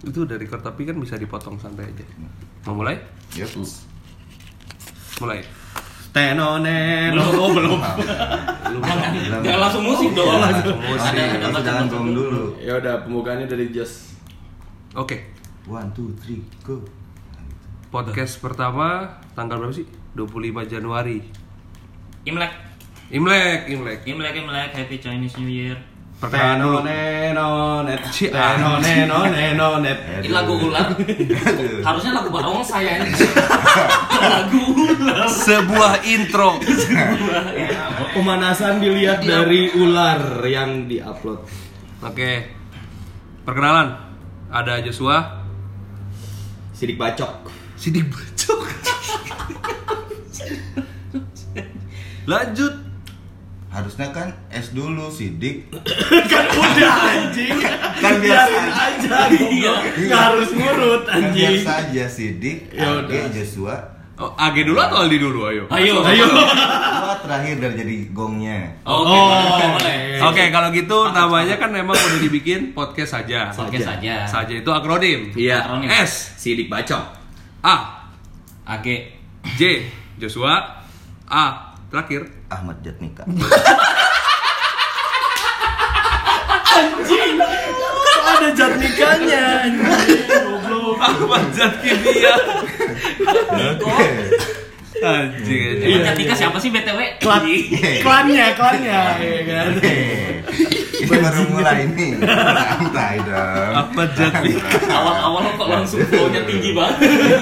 Itu udah record tapi kan bisa dipotong santai aja. Mau mulai? Yes. Mulai. Tenonen. Oh, belum. Jangan langsung musik dong. Ada jangan gong dulu. Ya udah, pembukaannya dari Just. Oke. 1, 2, 3, go. Podcast pertama tanggal berapa sih? 25 Januari. Imlek. Happy Chinese New Year. Perkenalan dulu. Tenonenonet. Ini lagu ular. Harusnya lagu barongsai ya. Lagu ular. Sebuah intro. Pemanasan dilihat dari ular yang diupload. Oke. Perkenalan. Ada Joshua. Sidik bacok. Sidik bacok. Lanjut. Harusnya kan S dulu sidik. Kan udah anjing. Kan biasa aja. Iya. Nggak harus ngurut Kan anjing. biasa aja sidik. Ya AG udah. Joshua. Oh, AG dulu atau Aldi dulu? Ayo. Joshua terakhir dari jadi gongnya. Boleh. Oke, kalau gitu namanya kan memang udah dibikin podcast saja. Podcast saja. Saja itu akronim. Iya. Akronim. S, Sidik bacok. A, AG. J, Joshua, A, terakhir Ahmad Jatnika. Ada jat nikahnya. Ahmad Zakiria. Oke. Anjing. Emang Jatika siapa sih BTW? Klannya, ya kan. Ini baru mulai nih. Santai dong. Ahmad Zakiria. Awal-awal kok langsung flow-nya tinggi banget.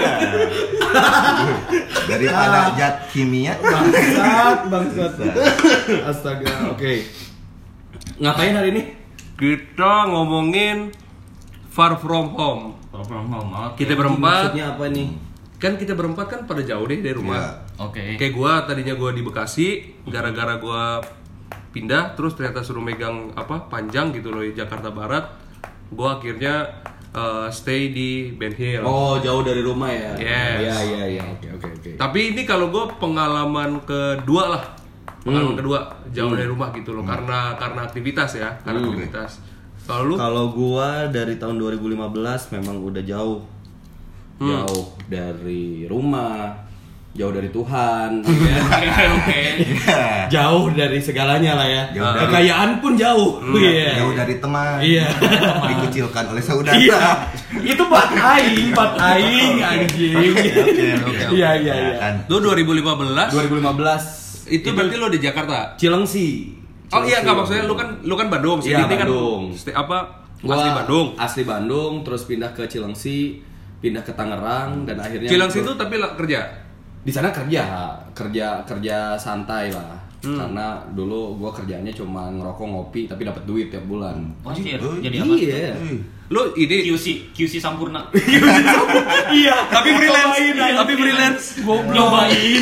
Daripada zat kimia. Bangsat. Astaga, oke. Ngapain hari ini? Kita ngomongin Far From Home. From home. Oke. Kita berempat. Maksudnya apa nih? Kan kita berempat kan pada jauh deh dari rumah. Iya. Oke. Kayak gua tadinya gua di Bekasi, gara-gara gua pindah terus ternyata suruh megang panjang gitu loh di Jakarta Barat. Gua akhirnya stay di Ben Hill. Oh, jauh dari rumah ya? Yes. Iya. Oke. Tapi ini kalau gua pengalaman kedua lah. Pengalaman kedua jauh dari rumah gitu loh karena aktivitas ya, karena aktivitas. Kalau lu? Kalau gua dari tahun 2015 memang udah jauh. Jauh dari rumah, jauh dari Tuhan, Oke. jauh dari segalanya lah ya. Jauh dari- Kekayaan pun jauh. Iya. Jauh dari teman. Iya. Dikucilkan oleh saudara. Iya. Itu bat aing anjing. Oke. Iya. Kan. Lu 2015? 2015 Itu berarti lu di Jakarta. Cilengsi. Oh iya, enggak maksudnya lu kan Bandung, sih. Iya, Ini Bandung. kan Gua asli Bandung. Asli Bandung, terus pindah ke Cilengsi, pindah ke Tangerang dan akhirnya Cilengsi itu tapi kerja. di sana kerja santai lah. Karena dulu gua kerjanya cuma ngerokok ngopi tapi dapat duit tiap bulan. Anjir, Oh, jadi apa? Iya. Lu ini QC Sampurna. Iya, tapi freelance. Nyobain.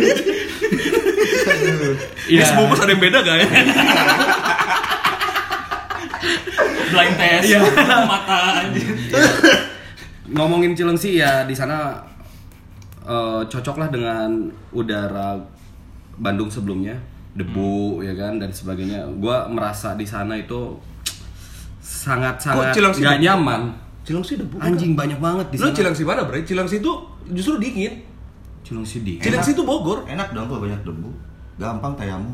Ini sebungkus ada yang beda gak ya? Blind test. Iya. Mata anjir. Ngomongin Cilengsi ya di sana cocok lah dengan udara Bandung sebelumnya, debu ya kan dan sebagainya. Gua merasa di sana itu sangat Kok Cilengsi gak debu? nyaman. Cilengsi debu. Anjing banyak banget di Lu sana. Cilengsi mana, Bre? Cilengsi itu justru dingin. Cilengsi di. Cilengsi itu Bogor. Enak dong kalau banyak debu. Gampang tayamu.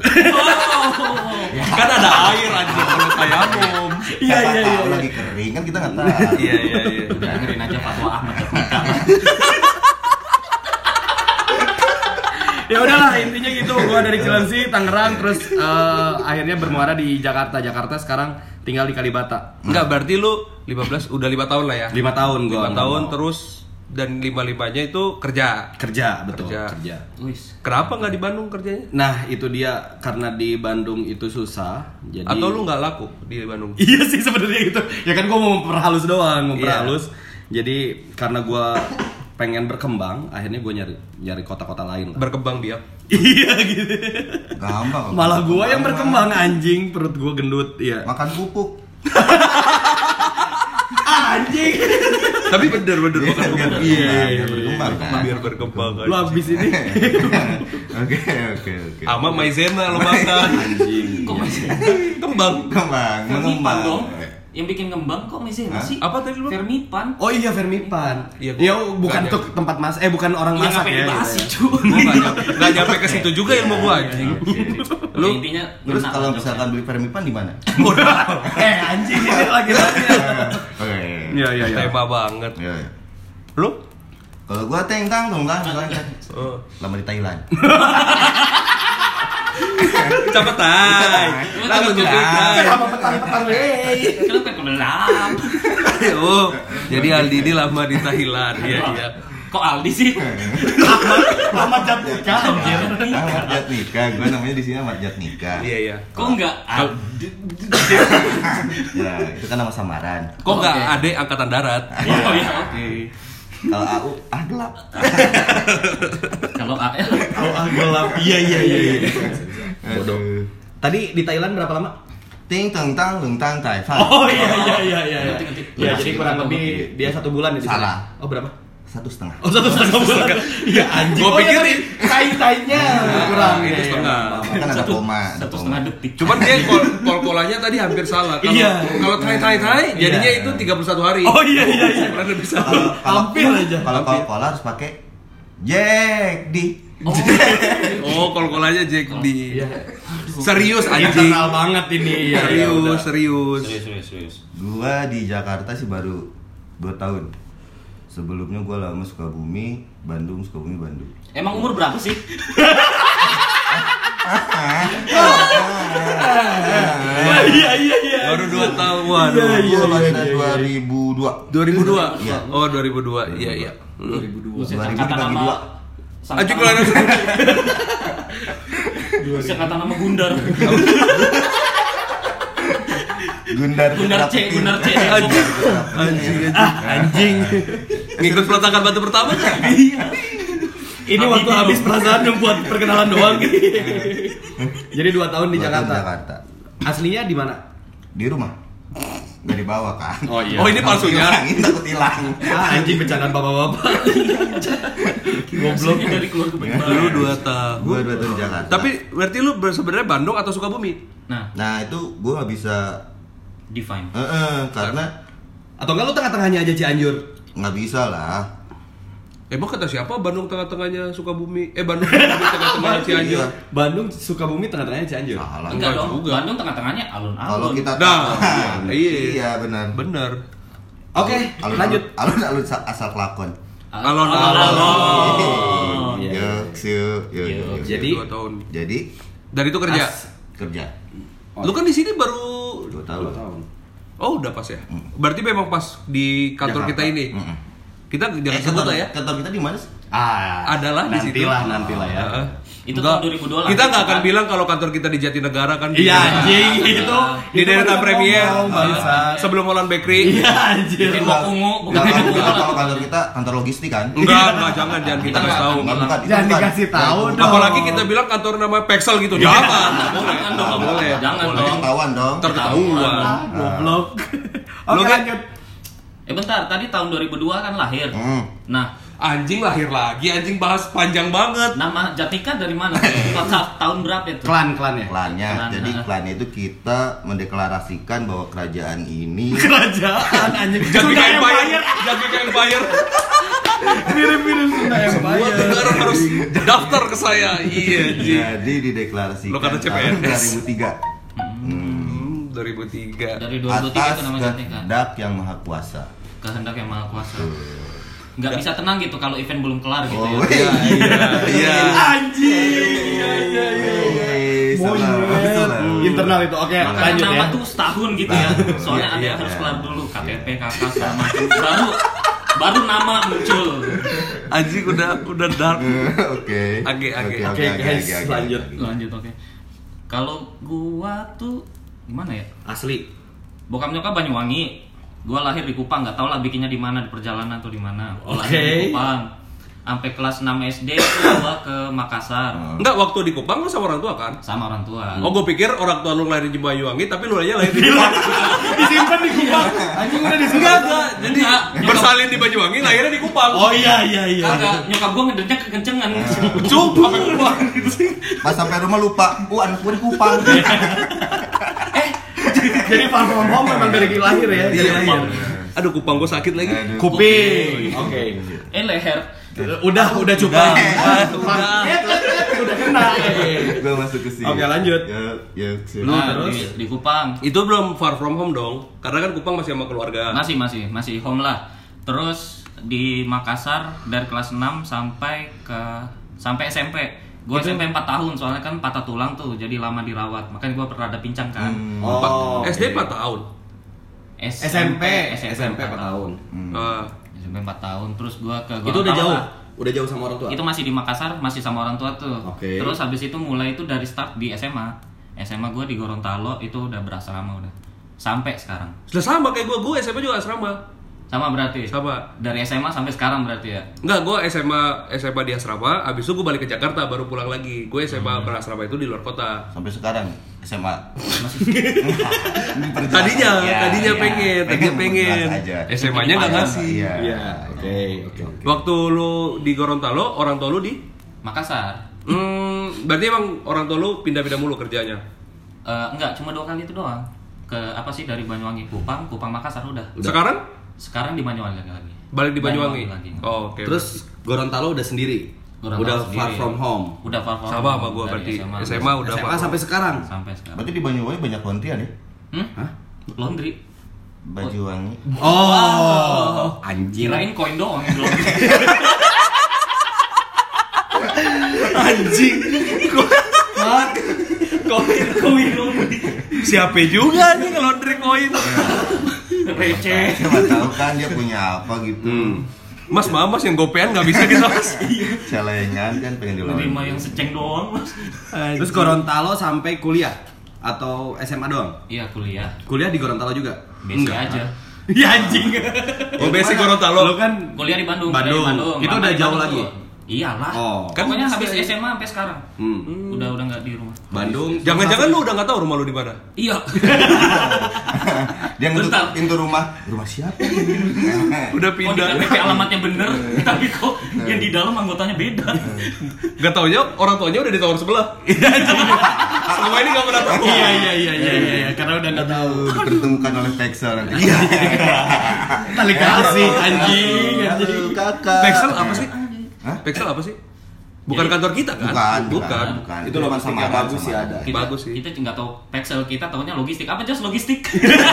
Kan ada air anjir kalau tayamum. Iya. Tahu lagi kering kan kita nggak tahu. Iya. Dengerin aja fatwa Ahmad Jatika. Ya udahlah intinya gitu. Gua dari Cilengsi, Tangerang, terus akhirnya bermuara di Jakarta. Jakarta sekarang tinggal di Kalibata. Enggak, berarti lu 15 udah 5 tahun lah ya. 5 tahun gua. 5 tahun terus dan 5-5-nya itu kerja. betul. Kerja. Wis. Kenapa nggak di Bandung kerjanya? Nah itu dia, karena di Bandung itu susah. Jadi Atau lu nggak laku di Bandung? Iya sih sebenarnya gitu. Ya kan gua mau memperhalus doang, Iya. Jadi karena gua pengen berkembang, akhirnya gua nyari kota-kota lain lah. Berkembang biak. Iya gitu. Gampang. Malah gua yang berkembang anjing, perut gua gendut. Iya. Makan pupuk. Anjing. Tapi bener makan Biar pupuk. Iya. berkembang kan. Biar berkembang kan. Lu abis ini Oke. Sama maizena lo makan. anjing. Kok masih? Kembang. Mengembang. Nyimpan dong. yang bikin ngembang kok masih sih? Apa tadi lu? Vermipan. Oh iya Vermipan. Iya, Ya gua bukan nggak untuk tempat bukan orang Ya masak ngapain ya. dibahas sih, gitu ya. cu? Gua nggak nyampe ke situ juga ilmu gua anjing. Lu intinya Terus ngena kalau jokesnya. misalkan beli Vermipan di mana? Anjing ini lagi nanya. Oke. Iya iya iya. Tema banget. Iya. Lu? Kalau gua teng tang dong kan, Oh. lama di Thailand. Capetai. Langsung Kenapa capetai. Kenapa kebelam? Oh, jadi Aldi ini lama di Thailand. Iya, iya. Kok Aldi sih? Ahmad Jatnika anjir. Ahmad Jatnika, gua namanya di sini Ahmad Jatnika. Iya, iya. Kok enggak? Ya, itu kan nama samaran. Kok nggak Oke. adek angkatan darat? Oh iya, oke. Kalau AU, gelap. Kalau AL Oh gelap. Iya iya iya. Bodoh. Tadi di Thailand berapa lama? Ting teng tang leng tang tai fan. Oh iya iya iya iya. Ngerti-ngerti. Ya jadi kurang lebih dia 1 bulan ya di sana. Salah. Oh berapa? 1,5. Oh 1,5 bulan. Iya anjing. Gua pikirin tai-tainya kurang. itu Iya, setengah. Kan ada koma. ada Satu koma. setengah detik. Cuman dia kol-kolannya tadi hampir salah. Kalau Iya. kalau tai jadinya Iya. itu 31 hari. Oh iya iya iya. Kurang lebih sama. Hampir aja. Kalau Coca-Cola harus pakai Jack D. Oh, kol-kolannya Jack D. Iya. Serius anjing. Internal banget ini. Iya, iya, udah. Serius. Serius. Gua di Jakarta sih baru 2 tahun. Sebelumnya gua lama Sukabumi, Bandung. Emang umur berapa sih? Iya iya iya. Baru 2 tahun. Waduh. Gua lahirnya 2002. 2002. Iya. Oh, 2002. Iya, iya. 2002. Buset, 2000 angkatan dibagi nama 2. Anjing lu anak. Angkatan nama Gundar. Gundar C. Anjing. Anjing. Ngikut peletakan batu pertama kan? Ini waktu habis perasaan buat perkenalan doang. Jadi 2 tahun di Jakarta. Jakarta. Aslinya di mana? Di rumah. Gak dibawa kan? Oh iya. Oh, ini palsunya. Takut hilang. Anjing bercandaan bapak-bapak. Goblok dari keluarga baik-baik. Lu 2 tahun. Gua 2 tahun di Jakarta. Tapi berarti lu sebenarnya Bandung atau Sukabumi? Nah, itu gua nggak bisa. define. Karena Atau enggak lu tengah-tengahnya aja Cianjur? nggak bisa lah. Emang kata siapa Bandung tengah-tengahnya Sukabumi? Bandung tengah-tengahnya Cianjur. Bandung, Sukabumi tengah-tengahnya Cianjur. Salah. Enggak dong. juga. Bandung tengah-tengahnya alun-alun. Kalau kita Nah, iya. iya benar. Bener. Oke, lanjut. Alun-alun asal kelakon. Alon-alon. Iya. Yuk. Jadi 2 tahun. Jadi Dari itu kerja. kerja Lu kan di sini baru 2 tahun. Oh, udah pas ya. Berarti memang pas di kantor Jakarta. kita ini. Mm-mm. Kita jangan sebut lah ya. Kantor kita di mana sih? Adalah di situ. Nantilah ya. Heeh. Itu Enggak, tahun 2002 lah. Kita nggak akan bilang kalau kantor kita di Jatinegara kan. Iya anjing itu. Di daerah Premier. Bangsa. Sebelum Holland Bakery. Iya anjir. Tembok ungu, bukan Enggak, tembok ungu. kalau kantor kita kantor logistik kan? Enggak, jangan kita kasih tahu. Enggak, bukan. Itu Jangan bukan. dikasih tahu Bukan. dong. Apalagi kita bilang kantor nama Pexel gitu. Jangan. Jangan dong, Nggak boleh. jangan Nanti dong. ketahuan dong. Ntar ketahuan. Goblok. Lu Oke kan- lanjut. Bentar, tadi tahun 2002 kan lahir. Nah, Anjing lahir lagi, anjing bahas panjang banget. nama Jatnika dari mana? Tahun berapa itu? Klan ya. Klannya, Klan, jadi nah. klannya itu kita mendeklarasikan bahwa kerajaan ini Kerajaan anjing. Jaga Empire. Jaga Empire. Mirip-mirip Sunda Semua Empire. negara harus daftar ke saya. Iya, anjing. jadi dideklarasikan Lo kata tahun CPNS. 2003 2003. Dari 2003 atas itu nama Jatnika. kehendak yang maha kuasa. Kehendak yang maha kuasa. Nggak bisa tenang gitu kalau event belum kelar gitu Oh, ya. Iya. Anjing. Iya. Internal itu. Oke, Makanya lanjut nama ya. tuh setahun gitu ya. Soalnya ada Iya, yang harus iya. kelar dulu KTP, KK segala macam. Baru nama muncul. Anjing udah dark. Oke. Oke, guys, lanjut. Lanjut oke. Kalau gua tuh gimana ya? Asli. Bokap nyokap Banyuwangi. Gua lahir di Kupang, nggak tau lah bikinnya di mana, di perjalanan atau di mana. Gua lahir di Kupang. Sampai kelas 6 SD gua ke Makassar Enggak, waktu di Kupang lu sama orang tua kan? sama orang tua. Oh, gue pikir orang tua lu lahir di Banyuwangi, tapi lu aja lahir di Kupang. Disimpan di Kupang. Anjing udah disimpan. Enggak. Jadi Enggak. bersalin di Banyuwangi, lahirnya di Kupang. Oh iya. Kagak, nyokap gua ngedennya kekencengan. Cuk, sampai Kupang. Pas sampai rumah lupa, anak gue di Kupang. Jadi far from home memang dari lahir ya. Dari lahir. Aduh, kupang gue sakit lagi. Kuping. Oke. Leher. Udah cukup. Udah kena. Gue masuk ke sini. Oke, lanjut. Ya, Nah, terus? di Kupang. Itu belum far from home dong, karena kan Kupang masih sama keluarga. Masih home lah. Terus di Makassar dari kelas 6 sampai SMP. Gue SMP 4 tahun, soalnya kan patah tulang tuh, jadi lama dirawat. Makanya gue pernah ada pincang kan. SD 4 tahun. SMP 4 tahun. SMP 4 tahun, terus gue ke Itu udah Gorontalo jauh. lah. Udah jauh sama orang tua. Itu masih di Makassar, masih sama orang tua tuh. Oke. Terus habis itu mulai itu dari start di SMA. SMA gue di Gorontalo itu udah berasrama udah. Sampai sekarang. Sudah sama kayak gue SMA juga asrama. Sama berarti? Sama. Dari SMA sampai sekarang berarti ya? Enggak, gue SMA di asrama, abis itu gue balik ke Jakarta baru pulang lagi. Gue SMA berasrama itu di luar kota. sampai sekarang SMA. Tadinya Iya. pengen. SMA-nya nggak ngasih. Iya. Oke. Waktu lu di Gorontalo, orang tua lu di? Makassar. Berarti emang orang tua lu pindah-pindah mulu kerjanya? Enggak, cuma 2 kali itu doang. Ke apa sih dari Banyuwangi Kupang Makassar udah. Sekarang di Banyuwangi lagi. balik di Banyuwangi. lagi. Oh, oke. Terus Gorontalo udah sendiri. Gorontalo Udah sendiri. far from home. Udah far from sama home. sama gue Dari berarti. SMA, SMA udah SMA far sampai sekarang. sampai sekarang. Berarti di Banyuwangi banyak lontian ya? Hah? Laundry. Banyuwangi. Oh, anjing. Kirain koin doang yang laundry. Anjing. Koin laundry. Siapa juga nih ngelondri koin? Receh. Siapa tahu kan dia punya apa gitu. Mas yang gopean nggak bisa gitu mas. Celengan kan pengen dilawan. Nerima yang seceng doang, Mas. Terus Gorontalo sampai kuliah atau SMA doang? Iya, kuliah. Kuliah di Gorontalo juga? Basic aja. Ya anjing. Oh basic Gorontalo. Lo kan Kuliah di Bandung. Bandung. Kuliah di Bandung. Itu Mama udah di jauh Bandung lagi? tuh. Iyalah. Oh. Kan pokoknya Kan habis bisa- SMA sampai sekarang. Udah nggak di rumah. Bandung. Jangan-jangan lu udah nggak tahu rumah lu di mana? Iya. Dia ngetuk Bentar. pintu rumah. Rumah siapa? Udah Oh, di pindah. KTP alamatnya bener, tapi kok yang di dalam anggotanya beda. Gak taunya orang tuanya udah di tower sebelah. Selama ini gak pernah tahu. Iya, karena udah nggak tahu. Dipertemukan oleh Pexel nanti. Iya. Tali kasih anjing. Aduh, kakak. Pexel apa sih? Hah? Pexel apa sih? Bukan kantor kita kan? Bukan. Itu logistik yang bagus sih ada. Bagus sih. Kita nggak tahu Pexel, kita tahunya logistik. Apa just logistik?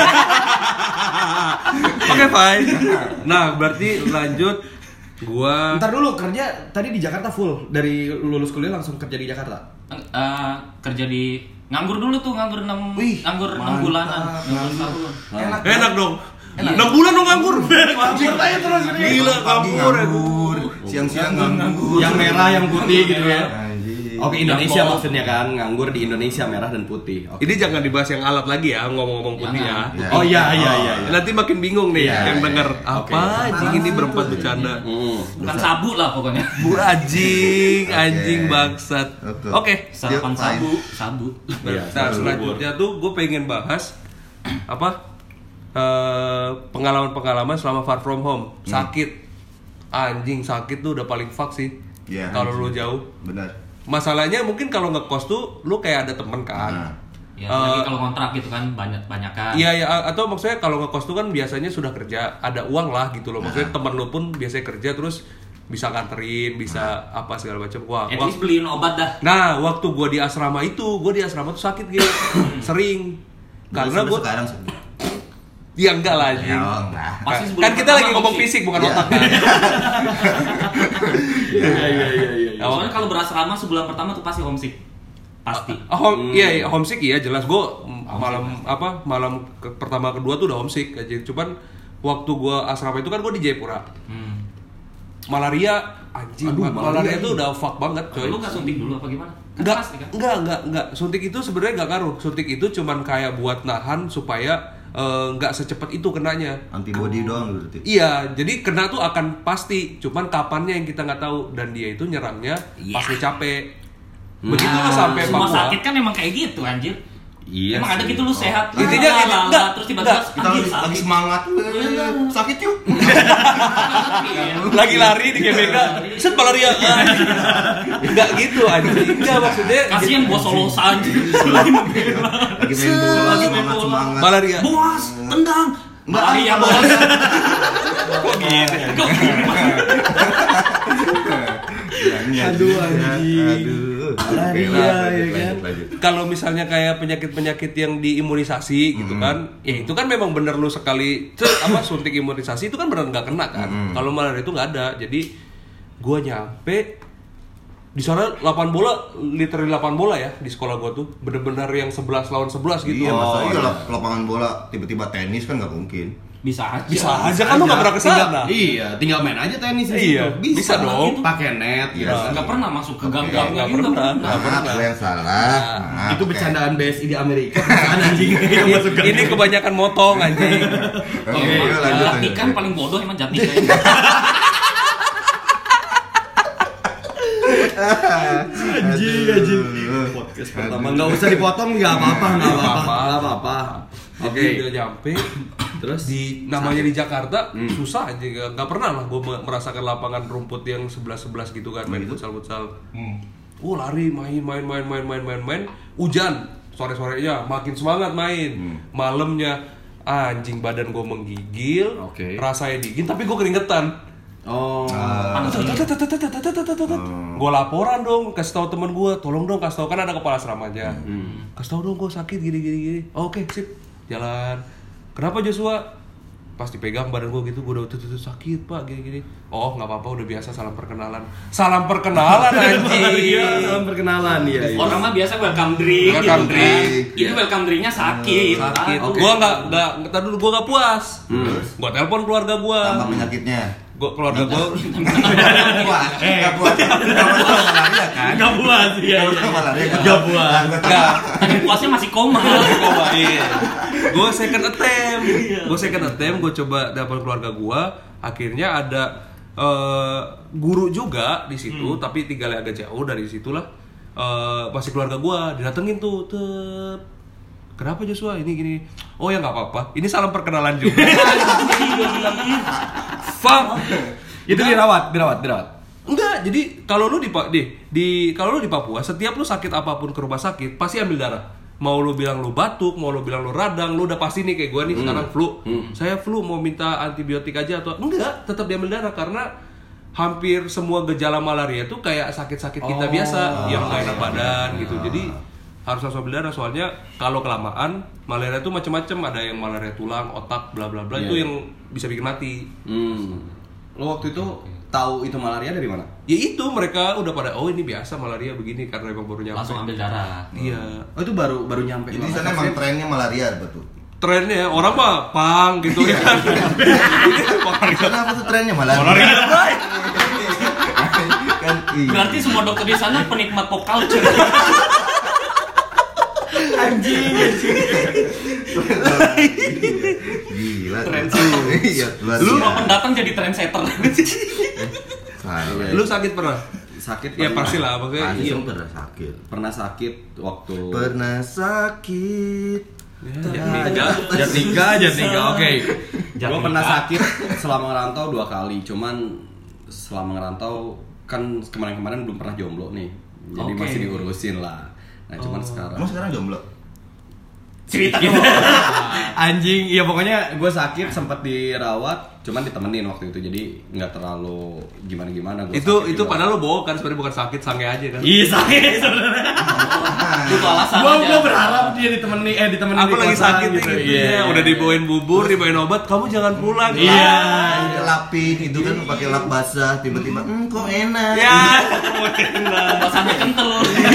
Oke, fine. Nah, berarti lanjut gua Ntar dulu kerja tadi di Jakarta full dari lulus kuliah langsung kerja di Jakarta. Kerja di nganggur dulu tuh, nganggur 6 Wih, bulanan, nganggur setahun. enak dong. 6 bulan dong nganggur. Gila, nganggur. Siang-siang nganggur. Yang merah, yang putih gitu ya. Anjing. Oke, Indonesia Yang maksudnya kan nganggur di Indonesia merah dan putih. Oke. Ini jangan dibahas yang alat lagi ya, ngomong-ngomong putih ya. Ya. Oh iya. Nanti makin bingung nih Iya, yang iya. denger Oke. apa anjing ini berempat bercanda. Bukan sabu lah pokoknya. Bu anjing Oke. bangsat. Oke. Sarapan Fine. sabu. Iya, Nah, selanjutnya tuh gue pengen bahas apa pengalaman-pengalaman selama far from home. Sakit, anjing sakit tuh udah paling fuck sih. Iya, Kalau anjing. lu jauh, Benar. masalahnya mungkin kalau ngekos tuh lu kayak ada temen kan. Nah. Ya, lagi kalau kontrak gitu kan banyak-banyakan. Iya atau maksudnya kalau ngekos tuh kan biasanya sudah kerja, ada uang lah gitu loh. Maksudnya temen lu pun biasanya kerja terus bisa nganterin, bisa apa segala macam. Wah, At least beliin obat dah. Nah, waktu gua di asrama tuh sakit gitu. Sering. Karena Sampai gua sekarang ya enggak lah anjing. ya enggak. Pasti sebelum Kan kita pertama lagi ngomong homesick. fisik bukan Iya. otak kan. Iya. Soalnya kalau berasrama sebulan pertama tuh pasti homesick. Pasti. Iya, homesick iya jelas. Gua malam pertama kedua tuh udah homesick aja. Cuman waktu gua asrama itu kan gua di Jayapura. Malaria anjing. Malaria itu udah fuck banget coy. Lu nggak suntik dulu apa gimana? Kan Enggak, pasti kan? enggak. Suntik itu sebenarnya enggak ngaruh. Suntik itu cuman kayak buat nahan supaya enggak secepat itu kenanya. Antibody doang berarti. Iya, jadi kena tuh akan pasti. Cuman kapannya yang kita nggak tahu. Dan dia itu nyerangnya pas lu capek. Begitu lu sampai Semua Papua. sakit kan emang kayak gitu anjir. Iya. Emang ada sih. gitu lu sehat. Intinya enggak, terus tiba-tiba Kita lagi semangat. Sakit yuk. lagi lari di GBK, set malaria. Enggak gitu anjing. Enggak maksudnya kasihan bos solosan. Lagi main bola, semangat. malaria. Bos, tendang. Malaria bos. Kok gitu? Aduh, anjing. Malaria, ya kan? Kalau misalnya kayak penyakit-penyakit yang diimunisasi gitu kan, ya itu kan memang bener lu sekali suntik imunisasi itu kan bener nggak kena kan. Kalau malaria itu nggak ada. Jadi gua nyampe di sana 8 bola, literally 8 bola ya di sekolah gua tuh. Bener-bener yang 11 lawan 11 gitu. Iya, masalahnya lapangan bola tiba-tiba tenis kan nggak mungkin. Bisa aja. Bisa aja kan lu nggak pernah kesana. Iya, tinggal main aja tenis di Iya, situ. bisa dong. Pakai net Iya. ya. Nggak pernah masuk ke gang-gang Nggak gitu. pernah. Maaf, gue yang salah. Maaf, Itu oke. bercandaan BSI di Amerika. Bukan anjing. Ini kebanyakan motong anjing. Oke, yuk, lanjut. Jatikan paling bodoh emang Jatikan. Anjing. Podcast pertama nggak usah dipotong, nggak apa-apa. Oke, Oke. udah nyampe. Terus Namanya di Jakarta susah aja, nggak pernah lah gue merasakan lapangan rumput yang 11-11 gitu kan, main futsal. Lari main, hujan sore-sorenya makin semangat main. Malamnya anjing badan gue menggigil, Oke. rasanya dingin tapi gue keringetan. Oh. Gue laporan dong, kasih tahu temen gue, tolong dong kasih tahu, kan ada kepala asramanya. Kasih tahu dong gue sakit gini. Oke, sip, jalan. Kenapa Joshua? Pas dipegang badan gue gitu, gue udah tuh sakit pak, gini. Oh nggak apa-apa, udah biasa, salam perkenalan anjing. Iya, salam perkenalan ya. Orang mah biasa welcome drink. Welcome gitu drink. kan. Ini welcome drinknya sakit. Sakit. Oke. Gue nggak, tadi dulu gue nggak puas. Gue telepon keluarga gue. Tambah penyakitnya. Keluarga gue. Nggak puas malaria kan? Nggak puas, iya. Malaria kan? Nggak puas. Nggak. Tadi puasnya masih koma. Gue second attempt, gue coba telepon keluarga gue. Akhirnya ada guru juga di situ, tapi tinggalnya agak jauh dari situlah. Masih keluarga gue didatengin tuh. Kenapa Joshua ini gini? Oh ya nggak apa-apa. Ini salam perkenalan juga. Fuck. Itu dirawat. Enggak, jadi kalau lu kalau lu di Papua, setiap lu sakit apapun ke rumah sakit pasti ambil darah. Mau lu bilang lu batuk, mau lu bilang lu radang, lu udah pasti nih kayak gua nih sekarang flu. Saya flu mau minta antibiotik aja atau enggak, tetap diambil darah karena hampir semua gejala malaria itu kayak sakit-sakit kita biasa, yang nggak enak badan gitu. Jadi harus langsung ambil darah, soalnya kalau kelamaan malaria itu macam-macam, ada yang malaria tulang, otak, bla bla bla, itu yang bisa bikin mati. Lo waktu itu tahu itu malaria dari mana? Ya itu mereka udah pada ini biasa malaria begini karena emang baru nyampe. Langsung ambil darah. Iya. Oh itu baru nyampe. Jadi sana emang trennya malaria betul. Trennya orang mah pang gitu ya. Kenapa tuh trennya malaria? Malaria Kan iya. Berarti semua dokter di sana penikmat pop culture. Anjing. Gila. Trendsetter. Iya, luar Semua biasa. pendatang jadi trendsetter. Salah. Lu sakit pernah? Sakit. Ya pasti lah, maksudnya Pasti iya. dong pernah sakit. Pernah sakit waktu. Pernah sakit. Jatika. Oke. Jatika. Gue pernah sakit selama ngerantau 2 kali. Cuman selama ngerantau kan kemarin-kemarin belum pernah jomblo nih. Jadi Oke. masih diurusin lah. Nah cuman sekarang. Emang sekarang jomblo? Cerita dong. Anjing, iya pokoknya gue sakit sempat dirawat, cuman ditemenin waktu itu, jadi nggak terlalu gimana. Itu padahal lu bohong kan, sebenarnya bukan sakit, sange aja kan. Iya sakit sebenarnya. Itu alasan Gue aja. berharap dia ditemenin Aku di lagi kosan sakit gitu Iya. ya. Udah dibawain bubur, dibawain obat, kamu jangan pulang. Iya. Lapin itu kan pakai lap basah, tiba-tiba kok enak. Ya. Bahasannya kental.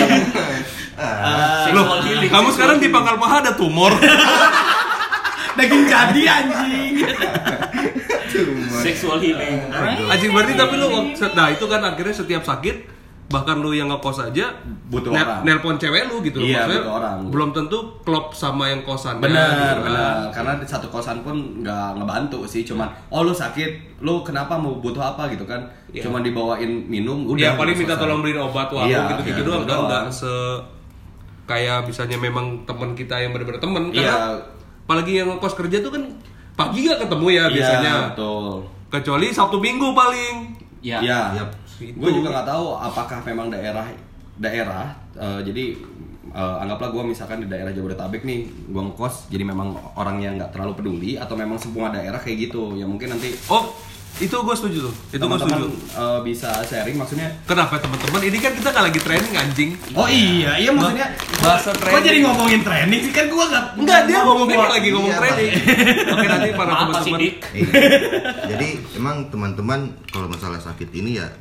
Loh, Sexual healing. kamu sekarang di pangkal paha ada tumor. Daging jadi anjing. Sexual healing. Anjing berarti tapi lu nah itu kan akhirnya setiap sakit bahkan lu yang ngekos aja Butuh orang. nelpon cewek lu gitu. Iya, Maksudnya butuh orang. belum tentu klop sama yang kosannya Benar, gitu kan. benar. Karena di satu kosan pun nggak ngebantu sih, cuman lu sakit, lu kenapa mau butuh apa gitu kan? Iya. Cuman dibawain minum, Dia udah. paling udah minta selesai. tolong beliin obat Iya, gitu iya, doang kan doang. enggak kayak misalnya memang teman kita yang benar-benar teman, Iya. karena apalagi yang ngekos kerja tuh kan pagi gak ketemu ya biasanya. Iya, betul. Kecuali Sabtu Minggu paling. Ya. Ya, Yap. gue juga nggak tahu apakah memang daerah jadi anggaplah gue misalkan di daerah Jabodetabek nih, gue ngekos, jadi memang orang yang nggak terlalu peduli atau memang semua daerah kayak gitu, ya mungkin nanti Oh, itu gue setuju tuh. Itu gue setuju. teman-teman bisa sharing, maksudnya. Kenapa teman-teman? Ini kan kita nggak lagi training anjing. Oh iya maksudnya. Bahasa Kok training. jadi ngomongin training sih, kan gue nggak. Enggak, dia ngomongin lagi ngomong Iya, training. Oke, nanti para Apa sih, teman-teman. Dik? Iya. Jadi emang teman-teman kalau masalah sakit ini ya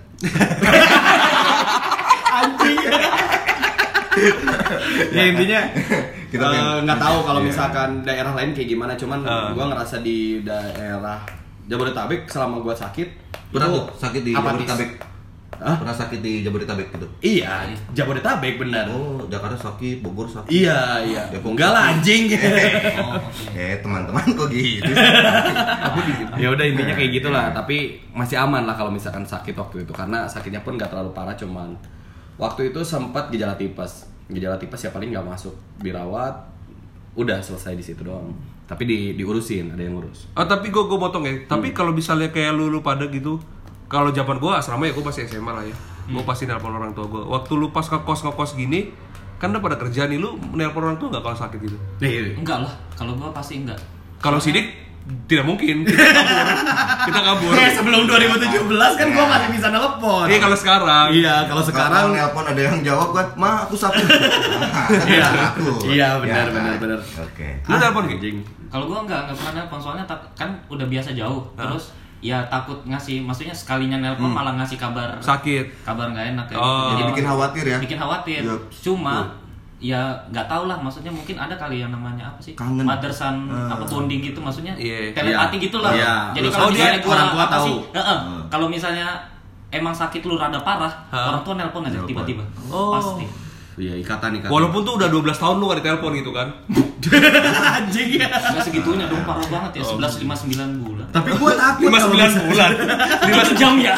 Anjing. Ya intinya Kita nggak tahu kalau iya. misalkan daerah lain kayak gimana, cuman gue ngerasa di daerah Jabodetabek selama gue sakit pernah itu tuh sakit di apatis. Jabodetabek. Hah? Pernah sakit di Jabodetabek gitu. Iya, Jabodetabek benar. Oh, Jakarta sakit, Bogor sakit. Iya. Depok Enggak lah anjing. Teman-teman kok gitu. Ya udah intinya kayak gitulah, tapi masih aman lah kalau misalkan sakit waktu itu, karena sakitnya pun nggak terlalu parah, cuman waktu itu sempat gejala tipes ya paling nggak masuk dirawat, udah selesai di situ doang, tapi diurusin, ada yang ngurus. Oh, tapi gue motong ya. Tapi kalau misalnya kayak lu pada gitu, kalau zaman gue asrama ya gue masih SMA lah ya. Gue pasti nelpon orang tua gue. Waktu lu pas ngekos gini, kan udah pada kerja nih, lu nelpon orang tua nggak kalau sakit gitu? Enggak lah, kalau gua pasti enggak. Kalau sidik tidak mungkin. Kita kabur. Sebelum 2017 kan gua masih bisa nelpon. Iya kalau sekarang. Iya, kalau sekarang Sekarang nelpon ada yang jawab kan, "Ma, aku sakit." Iya. Aku. Iya, benar, Ya, benar, kan? benar. Oke. Lu nelpon gitu? anjing. Kalau gua enggak pernah nelpon, soalnya kan udah biasa jauh. Terus ya takut ngasih, maksudnya sekalinya nelpon malah ngasih kabar Sakit. kabar nggak enak kayak Oh. gitu. Jadi bikin khawatir ya. Bikin khawatir. Yup. Cuma ya nggak tahu lah, maksudnya mungkin ada kali yang namanya apa sih, Kangen. mother son apa bonding gitu, maksudnya Iya. telepati Iya. gitu lah. Iya. Jadi Terus kalau dia misalnya gua orang tua apa tahu. sih, kalau misalnya emang sakit lu rada parah, orang tua nelpon aja Nelpon. tiba-tiba. Oh. Pasti. Iya, ikatan. Walaupun tuh udah 12 tahun lu gak ditelepon gitu kan. Anjing ya. Nggak segitunya dong, parah banget ya, 11,59 bulan. Tapi gua takut 59 bulan. 5 jam ya.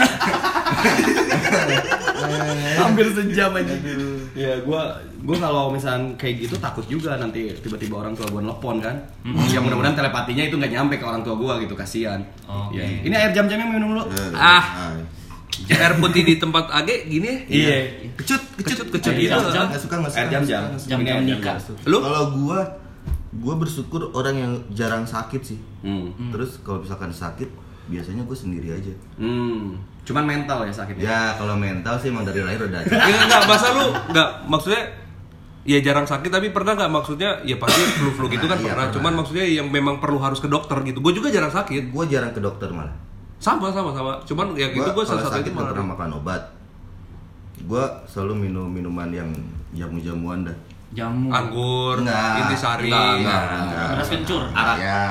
hampir sejam aja. Ya, gua kalau misalnya kayak gitu takut juga nanti tiba-tiba orang tua gua nelpon kan. Ya mudah-mudahan telepatinya itu nggak nyampe ke orang tua gua gitu, kasihan. Oh, Ya. iya. Ini air jam-jamnya minum dulu. Ah. Air putih di tempat Age gini ya? Iya. Kecut Kecut Air gitu. jam-jam. Nggak suka. Air jam-jam. Jam-jam Ini air nikah. Lu? Kalau gua bersyukur orang yang jarang sakit sih. Terus kalau misalkan sakit, biasanya gue sendiri aja. Cuman mental ya sakitnya. Ya kalau mental sih emang dari lahir udah ada. Ya enggak, masa lu enggak maksudnya ya jarang sakit, tapi pernah nggak maksudnya ya pasti flu gitu kan Iya, pernah. pernah. Cuman maksudnya yang memang perlu harus ke dokter gitu. Gue juga jarang sakit. Gue jarang ke dokter malah. Sama. Cuman ya gitu gue Kalau salah satu sakit itu nggak pernah malah. makan obat. Gue selalu minum minuman yang jamu-jamuan dah. Jamu. Anggur, Enggak. intisari. Enggak. Beras kencur. Arak. Ya.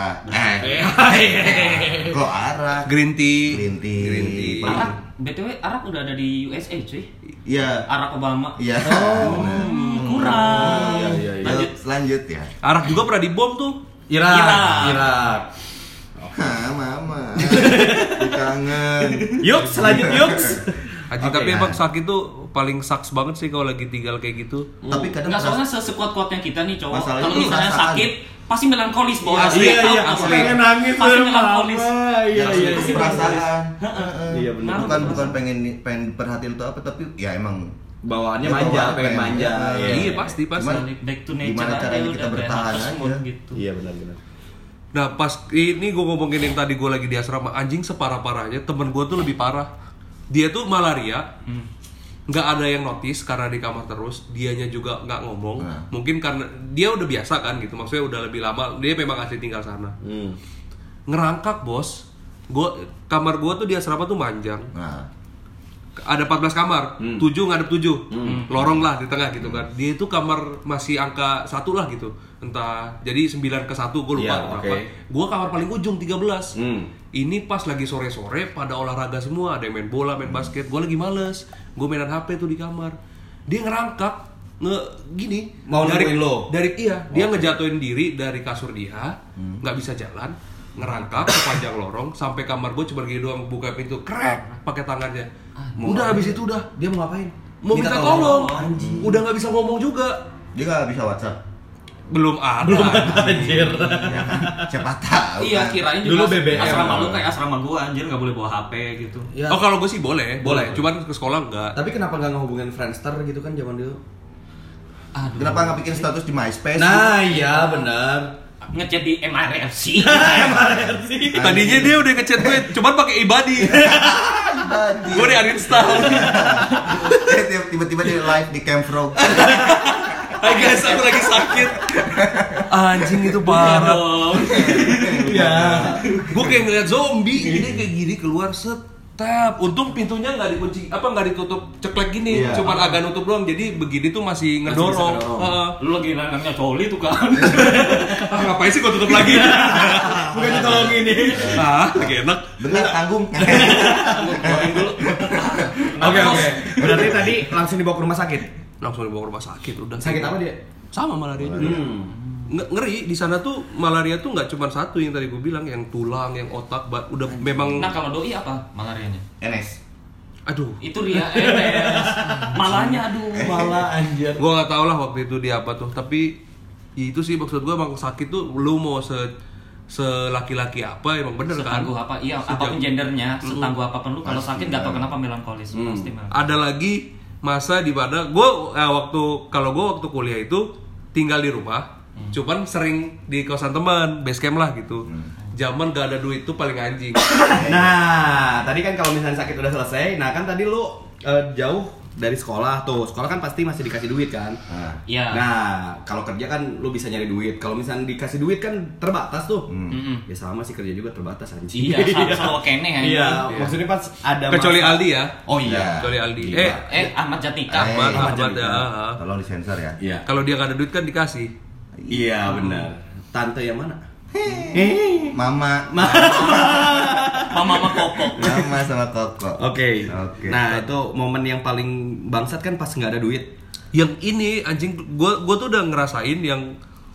Kok arak? Green tea. Green tea. Arak, BTW Arak udah ada di USA cuy. Iya. Arak Obama. Iya. Kurang. Iya. Lanjut ya. Arak juga pernah dibom tuh. Irak. Mama. Kangen. Yuks, lanjut yuks. Haji, Oke, tapi ya. emang sakit tuh paling sucks banget sih kalau lagi tinggal kayak gitu. Tapi kadang Enggak, soalnya sekuat-kuatnya kita nih cowok. Masalahnya Kalau itu misalnya perasaan. sakit pasti melankolis bos. Asli, Iya, Tahu, iya, asli. pengen nangis Pasti sama melankolis. mama. Iya, Yang iya. itu perasaan. Iya benar. Bukan pengen perhatiin tuh apa, tapi ya emang Bawaannya Ya, manja, bawaan pengen pengen. manja. Iya, pasti. Cuman Back to nature gimana aja caranya udah kita kayak bertahan harvest aja. moon gitu. Iya benar. Nah pas ini gue ngomongin yang tadi gue lagi di asrama, anjing separah-parahnya temen gue tuh lebih parah. Dia tuh malaria, nggak ada yang notice karena di kamar terus. Dianya juga nggak ngomong. Nah. Mungkin karena dia udah biasa kan gitu, maksudnya udah lebih lama. Dia memang asli tinggal sana. Ngerangkak bos. Kamar gue tuh di asrama tuh manjang. Nah, Ada 14 kamar, 7 ngadep 7, lorong lah di tengah gitu kan. Dia itu kamar masih angka 1 lah gitu, entah jadi 9 ke 1 gue lupa Iya, berapa. oke. Gue kamar paling ujung 13. Hmm. Ini pas lagi sore-sore pada olahraga semua, ada yang main bola, main basket. Gue lagi males, gue mainan HP tuh di kamar. Dia ngerangkak, gini. Mau nemuin lo? Dia ngejatuhin diri dari kasur dia, nggak bisa jalan, ngerangkak sepanjang lorong sampai kamar gue cuma gini doang, buka pintu krek pakai tangannya. Udah habis itu udah Dia mau ngapain? mau minta tolong. Udah nggak bisa ngomong juga. Dia nggak bisa WhatsApp. Belum ada. Anjir. Ya kan? Siapa tahu. Iya, kan? kirain Dulu juga BBM. asrama lu kayak asrama gua anjir enggak boleh bawa HP gitu. Ya. Oh kalau gue sih boleh. Cuman ke sekolah enggak. Tapi kenapa nggak ngehubungin Friendster gitu kan zaman dulu? Aduh. Kenapa nggak bikin status di MySpace? Nah, iya benar. Ngechat di MRFC. Tadinya dia udah ngechat gue, cuman pakai ibadi. Gue di uninstall. Tiba-tiba dia live di Camp Frog. Hai guys, aku lagi sakit. Anjing itu parah. Iya. Gue kayak ngeliat zombie, ini kayak gini keluar setap. Untung pintunya nggak dikunci, nggak ditutup ceklek gini, Iya. cuman agak nutup doang. Jadi begini tuh masih ngedorong. Lu lagi nanya coli tuh kan. Ngapain sih gue tutup lagi? Bukan ditolongin ini. Lagi enak. Bentar tanggung. Keluarin dulu. Oke. Berarti tadi langsung dibawa ke rumah sakit. Langsung dibawa ke rumah sakit udah. Sakit apa dia? Sama malaria juga. Ngeri di sana tuh malaria tuh nggak cuma satu yang tadi gue bilang, yang tulang, yang otak, udah memang. Nah, kalau doi apa malarianya? NS. Aduh. Itu Ria MS. Malahnya aduh. Malah anjir. Gue nggak tahu lah waktu itu dia apa tuh, tapi itu sih maksud gue emang sakit tuh lu mau selaki-laki apa emang bener kan? Setangguh apa? Iya, apapun gendernya, setangguh apapun lu kalau sakit nggak tahu kenapa melankolis pasti mah. Ada lagi masa di mana gue waktu kuliah itu tinggal di rumah, cuman sering di kosan teman, base camp lah gitu. Zaman gak ada duit tuh paling anjing. Nah, tadi kan kalau misalnya sakit udah selesai, nah kan tadi lu jauh dari sekolah tuh. Sekolah kan pasti masih dikasih duit kan? Iya. Nah, kalau kerja kan lu bisa nyari duit. Kalau misalnya dikasih duit kan terbatas tuh. Ya sama sih, kerja juga terbatas anjing. Iya, sama kene ya. Iya, maksudnya pas ada Kecuali Aldi ya. Oh iya. Kecuali Aldi. Ahmad Jatika. Ahmad Jatika. ya. Tolong disensor ya. Iya. Kalau dia gak ada duit kan dikasih. Iya, benar. Tante yang mana? Mama. Mama Koko. Mama sama Koko. Oke. Oke. Nah, itu momen yang paling bangsat kan pas nggak ada duit. Yang ini anjing, gue tuh udah ngerasain yang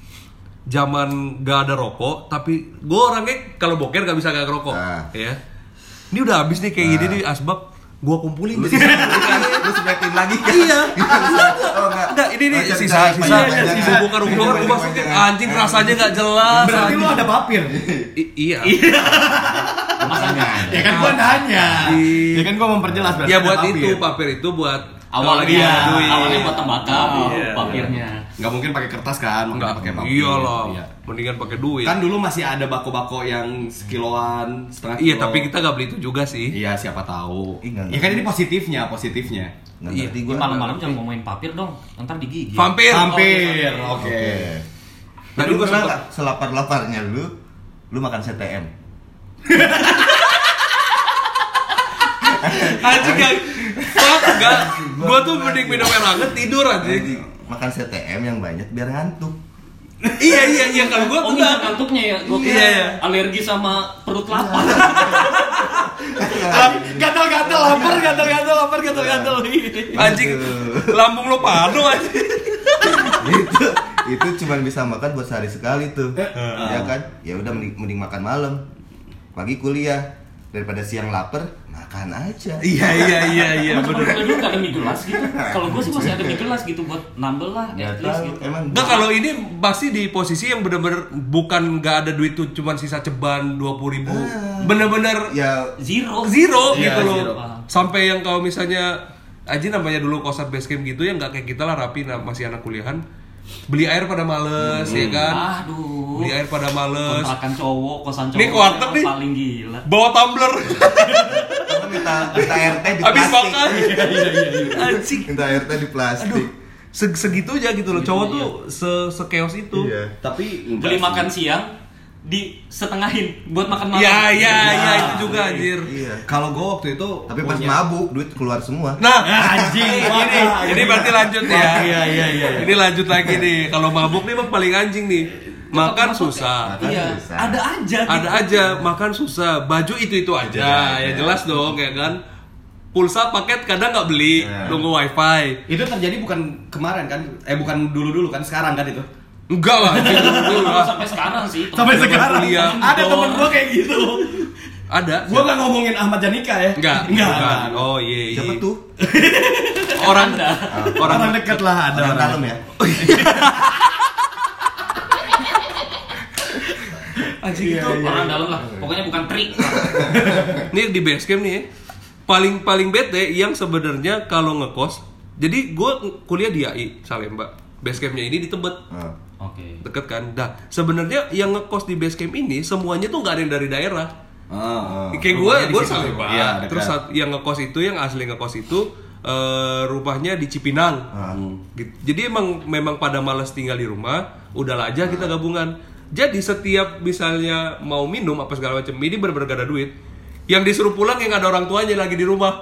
zaman gak ada rokok, tapi gue orangnya kalau boker gak bisa gak ngerokok. Ya. Ini udah habis nih kayak gini nih asbak, gue kumpulin Lu jadi lu sebetin lagi kan? Iya. Oh enggak. Enggak, ini nih Oh, sisa jangan. gue bongkar gue masukin, anjing rasanya gak jelas. Berarti lu ada papir. Iya. Masanya. Ya kan gua nanya. Ya kan gua memperjelas berarti. Ya ada buat papir. itu papir itu buat Awalnya buat tembakau, Iya. papirnya. Nggak mungkin pakai kertas kan, makanya pakai papir. Iyalah. Iya. Mendingan pakai duit. Kan dulu masih ada bako-bako yang sekiloan, setengah Iya, kilo. tapi kita gak beli itu juga sih. Iya, siapa tahu. Ih, nggak Ya kan ini positifnya. Nggak Iya. ngerti Ini gua. malam-malam jangan ngomongin papir dong, ntar digigit. Vampir. Hampir. Oke. Oke. Tapi Tadi gua gua pernah sempet- nggak selapar-laparnya lu makan CTM. Anjing yang fuck enggak. Gua tuh mending minum air hangat tidur anjing. Makan CTM yang banyak biar ngantuk. Iya kalau gua Oh, tuh ini enggak. ngantuknya ya? Gua kira Iya. alergi sama perut lapar. Gatal-gatal lapar. Anjing lambung lo padu anjing. itu cuma bisa makan buat sehari sekali tuh. Ya kan? Ya udah mending makan malam. Pagi kuliah daripada siang lapar, makan aja. Iya Bener. Dulu nggak ada mie gelas gitu. Kalau gue sih masih ada mie gelas gitu buat nambel lah, Nggak at least tahu, gitu. emang Enggak, kalau ini pasti di posisi yang bener-bener bukan nggak ada duit tuh, cuman sisa ceban 20.000. Bener-bener ya Zero. gitu Iya, loh. zero. Sampai yang kalau misalnya Aji namanya dulu kosan base camp gitu ya, nggak kayak kita lah rapi, masih anak kuliahan. Beli air pada males ya kan. Aduh. Beli air pada males. Kontrakan cowok, kosan cowok. Nih, kuartek emang nih. paling gila. Bawa tumbler. Karena minta RT di Habis plastik. makan. Anjing. Minta RT di plastik. Aduh. Segitu aja gitu loh. Cowok tuh se-chaos itu. Iya. Tapi Beli makan siang di setengahin buat makan malam. Iya itu juga anjir. Iya. kalau gua waktu itu Tapi pas punya- mabuk duit keluar semua. Nah, anjing. ini berarti lanjut ya. Iya. Ini lanjut lagi nih. Kalau mabuk nih emang paling anjing nih. Makan susah. Iya, Susah. ada aja. Gitu. Ada aja makan susah. Baju itu aja. Ya jelas dong ya kan. Pulsa paket kadang nggak beli, Iya. nunggu wifi. Itu terjadi bukan kemarin kan? Bukan dulu kan, sekarang kan itu. Enggak lah, gitu. Dulu sampai sekarang sih. Sampai Zaman sekarang kuliah. ada temen gua kayak gitu. Ada. Gua nggak ngomongin Ahmad Janika ya. Enggak. Oh iya. Siapa tuh? Orang dekat lah ada. Orang dalam ya. Anjing itu Orang dalam lah. Pokoknya bukan trik. Nih di base camp nih ya. Paling bete yang sebenarnya kalau ngekos. Jadi gue kuliah di AI Salemba. Base campnya ini di Tebet. Oke. Deket kan. Nah, sebenarnya yang ngekos di base camp ini semuanya tuh nggak ada yang dari daerah. Kayak gue Salemba. Ya, terus yang ngekos itu, yang asli ngekos itu rumahnya di Cipinang. Gitu. Jadi memang pada malas tinggal di rumah, udahlah aja kita gabungan. Jadi setiap misalnya mau minum apa segala macam, ini bener-bener gak ada duit. Yang disuruh pulang yang ada orang tuanya lagi di rumah.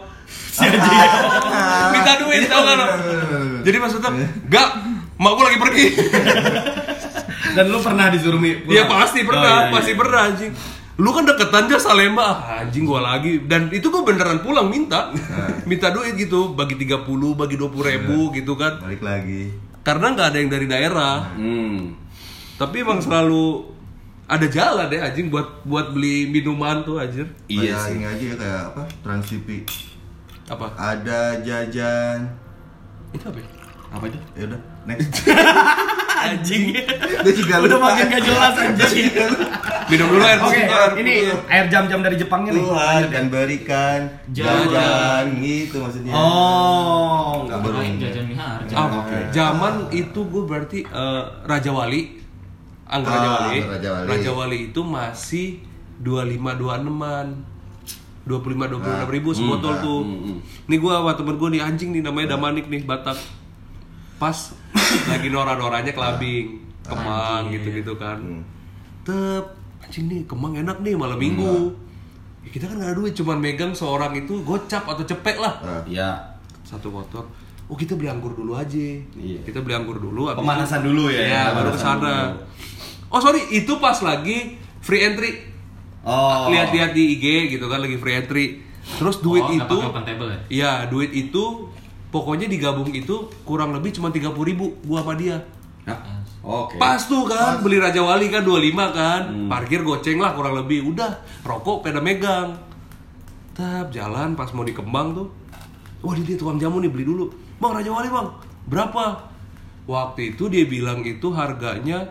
Minta duit, tau gak lo? Jadi maksudnya, enggak, mak gue lagi pergi. Dan lu pernah disuruh pulang? Ya pasti pernah, pasti pernah anjing. Lu kan deketan aja Salemba, anjing gua lagi. Dan itu gua beneran pulang minta duit gitu, bagi 30, bagi 20 ribu gitu kan. Balik lagi. Karena nggak ada yang dari daerah. Tapi emang selalu ada jalan deh anjing buat beli minuman tuh anjir. Iya sih. Ini aja ya kayak apa? Trans-TV. Apa? Ada jajan. Itu apa? Apa itu? Ya udah, next. Anjing. Gue juga Udah lupa. makin gak jelas anjing. Minum dulu air Oke, sebentar. ini air jam-jam dari Jepangnya nih. Tuhan dan berikan jajan gitu maksudnya. Oh, enggak baru. Lain jajan Mihar. Zaman itu gue berarti Raja Wali. Angka Raja Wali. Raja Wali itu masih 25-26an. 25-26 ribu sebotol tuh. Nih gue sama temen gue nih anjing nih namanya Damanik nih Batak. Pas lagi nora-noranya kelabing, Kemang gitu-gitu kan. Anjing nih Kemang enak nih malam minggu. Ya, kita kan gak ada duit, cuman megang seorang itu gocap atau cepek lah. Iya. Satu motor. Oh kita beli anggur dulu aja. Iya. Kita beli anggur dulu. Pemanasan dulu ya. Ya baru kesana. Oh sorry, itu pas lagi free entry. Oh. Lihat-lihat di IG gitu kan lagi free entry. Terus duit itu open table ya? Iya, duit itu pokoknya digabung itu kurang lebih cuma 30.000 gua sama dia. Oke. Pas tuh kan beli Raja Wali kan 25 kan. Parkir goceng lah kurang lebih. Udah, rokok pada megang. Tap jalan pas mau di Kembang tuh. Wah, dia tukang jamu nih beli dulu. Bang Raja Wali, Bang. Berapa? Waktu itu dia bilang itu harganya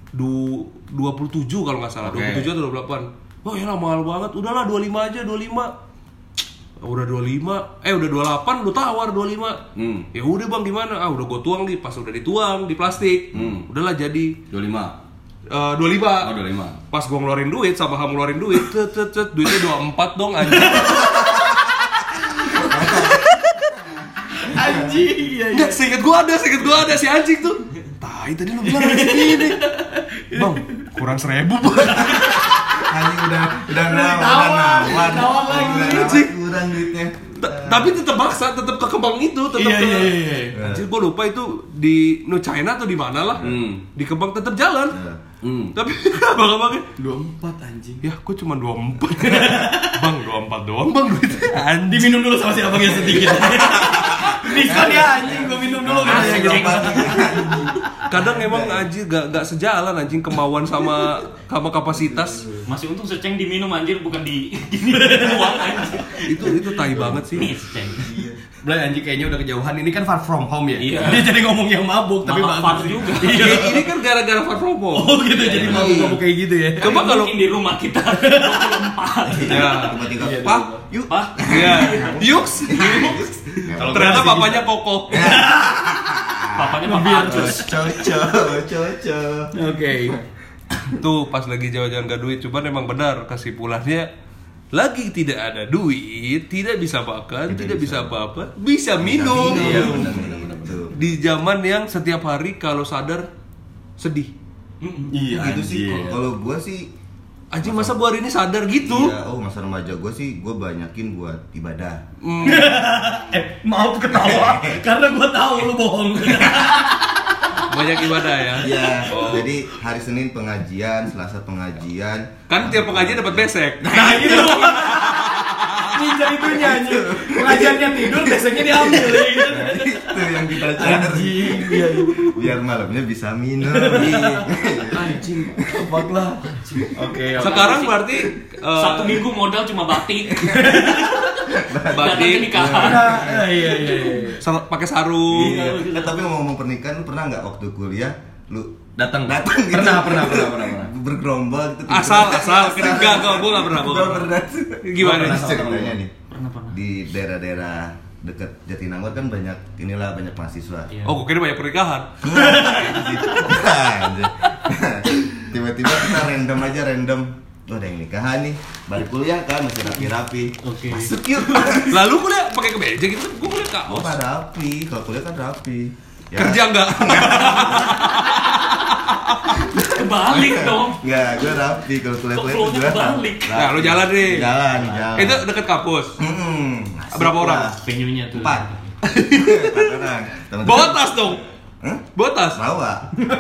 27 kalau nggak salah. 27 atau 28. Oh ya lah mahal banget. Udahlah 25 aja, 25. Udah 25, udah 28 lu tawar 25. Ya udah Bang gimana? Udah gua tuang nih, pas udah dituang di plastik. Udahlah jadi 25. 25. Oh, 25. Pas gua ngeluarin duit sama Ham ngeluarin duit, duitnya 24 dong anjing. Anjing, iya. Enggak, seinget gua ada si anjing tuh. Tai tadi lu bilang gini. Bang, kurang 1.000, Bang. Anjing udah nawar lagi. Kurang duitnya. Tapi tetap maksa, tetap ke Kembang itu, tetap Iya. Anjir, gua lupa itu di New China atau di mana lah. Di Kembang tetap jalan. Tapi abang-abangnya 24 anjing. ya, gua cuma 24. Bang, 24 doang, Bang duitnya. Anjing. Diminum dulu sama si abangnya sedikit. Diskon ya anjing, gua minum dulu Kadang emang anjir gak sejalan anjing kemauan sama kapasitas. Masih untung seceng diminum anjir bukan di uang anjir. Itu tai banget sih. Nih seceng. Belai anjing kayaknya udah kejauhan. Ini kan far from home ya. Iya. Dia jadi ngomong yang mabuk tapi Malah far bagus juga. Iya. Ini kan gara-gara far from home. Oh gitu jadi mabuk kayak gitu ya. Coba kalau mungkin di rumah kita 24. ya, Tiba-tiba Pak, yuk. Pak, ya, Yuks. Ternyata papanya kokoh. papanya Pak Agus. Cocok. Oke. Tuh pas lagi jalan-jalan gak duit, cuman emang benar kesimpulannya lagi tidak ada duit, tidak bisa makan, tidak bisa apa-apa, bisa minum. Iya benar. Di zaman yang setiap hari kalau sadar sedih. Iya Gitu sih. Kalau gua sih Anjing masa gua hari ini sadar gitu? iya, masa remaja gua sih gua banyakin buat ibadah. Maaf ketawa karena gua tahu lu bohong. Banyak ibadah ya? Iya. Oh. Jadi hari Senin pengajian, Selasa pengajian. Kan tiap pengajian dapat besek. Nah itu. Ngincar itunya anjing. Pengajarnya tidur, besoknya diambil gitu. Nah, itu yang kita cari. Iya. Biar malamnya bisa minum. Anjing, kebaklah. Oke. Sekarang berarti Satu minggu modal cuma batik. batik nikahan. Iya. pakai sarung. Iya. Tapi ngomong pernikahan, lu pernah nggak waktu kuliah lu Datang gitu? Pernah. Bergerombol gitu. asal enggak gue nggak pernah. Gua pernah. Gimana Pernah. Ceritanya nih. Pernah. Di daerah-daerah dekat Jatinangor kan banyak mahasiswa. Iya. Oh, gue kira banyak pernikahan. Anjir. Tiba-tiba kita random. Oh, ada yang nikahan nih. Balik kuliah kan masih rapi-rapi. Oke. Masuk yuk. Lalu kuliah pakai kemeja gitu, gue kuliah Oh, kaos. kan rapi. Kalau kuliah kan rapi. Ya. Kerja enggak? Kebalik dong. Enggak, gue rapi. Kalau kuliah Kok itu flow-nya gue kebalik? Nah, lu jalan nih. Jalan. Itu deket kampus. Masuk Berapa orang? lah. Venue-nya tuh. 4 orang. Teman-teman. Bawa tas dong. Hah? Bawa tas. Bawa.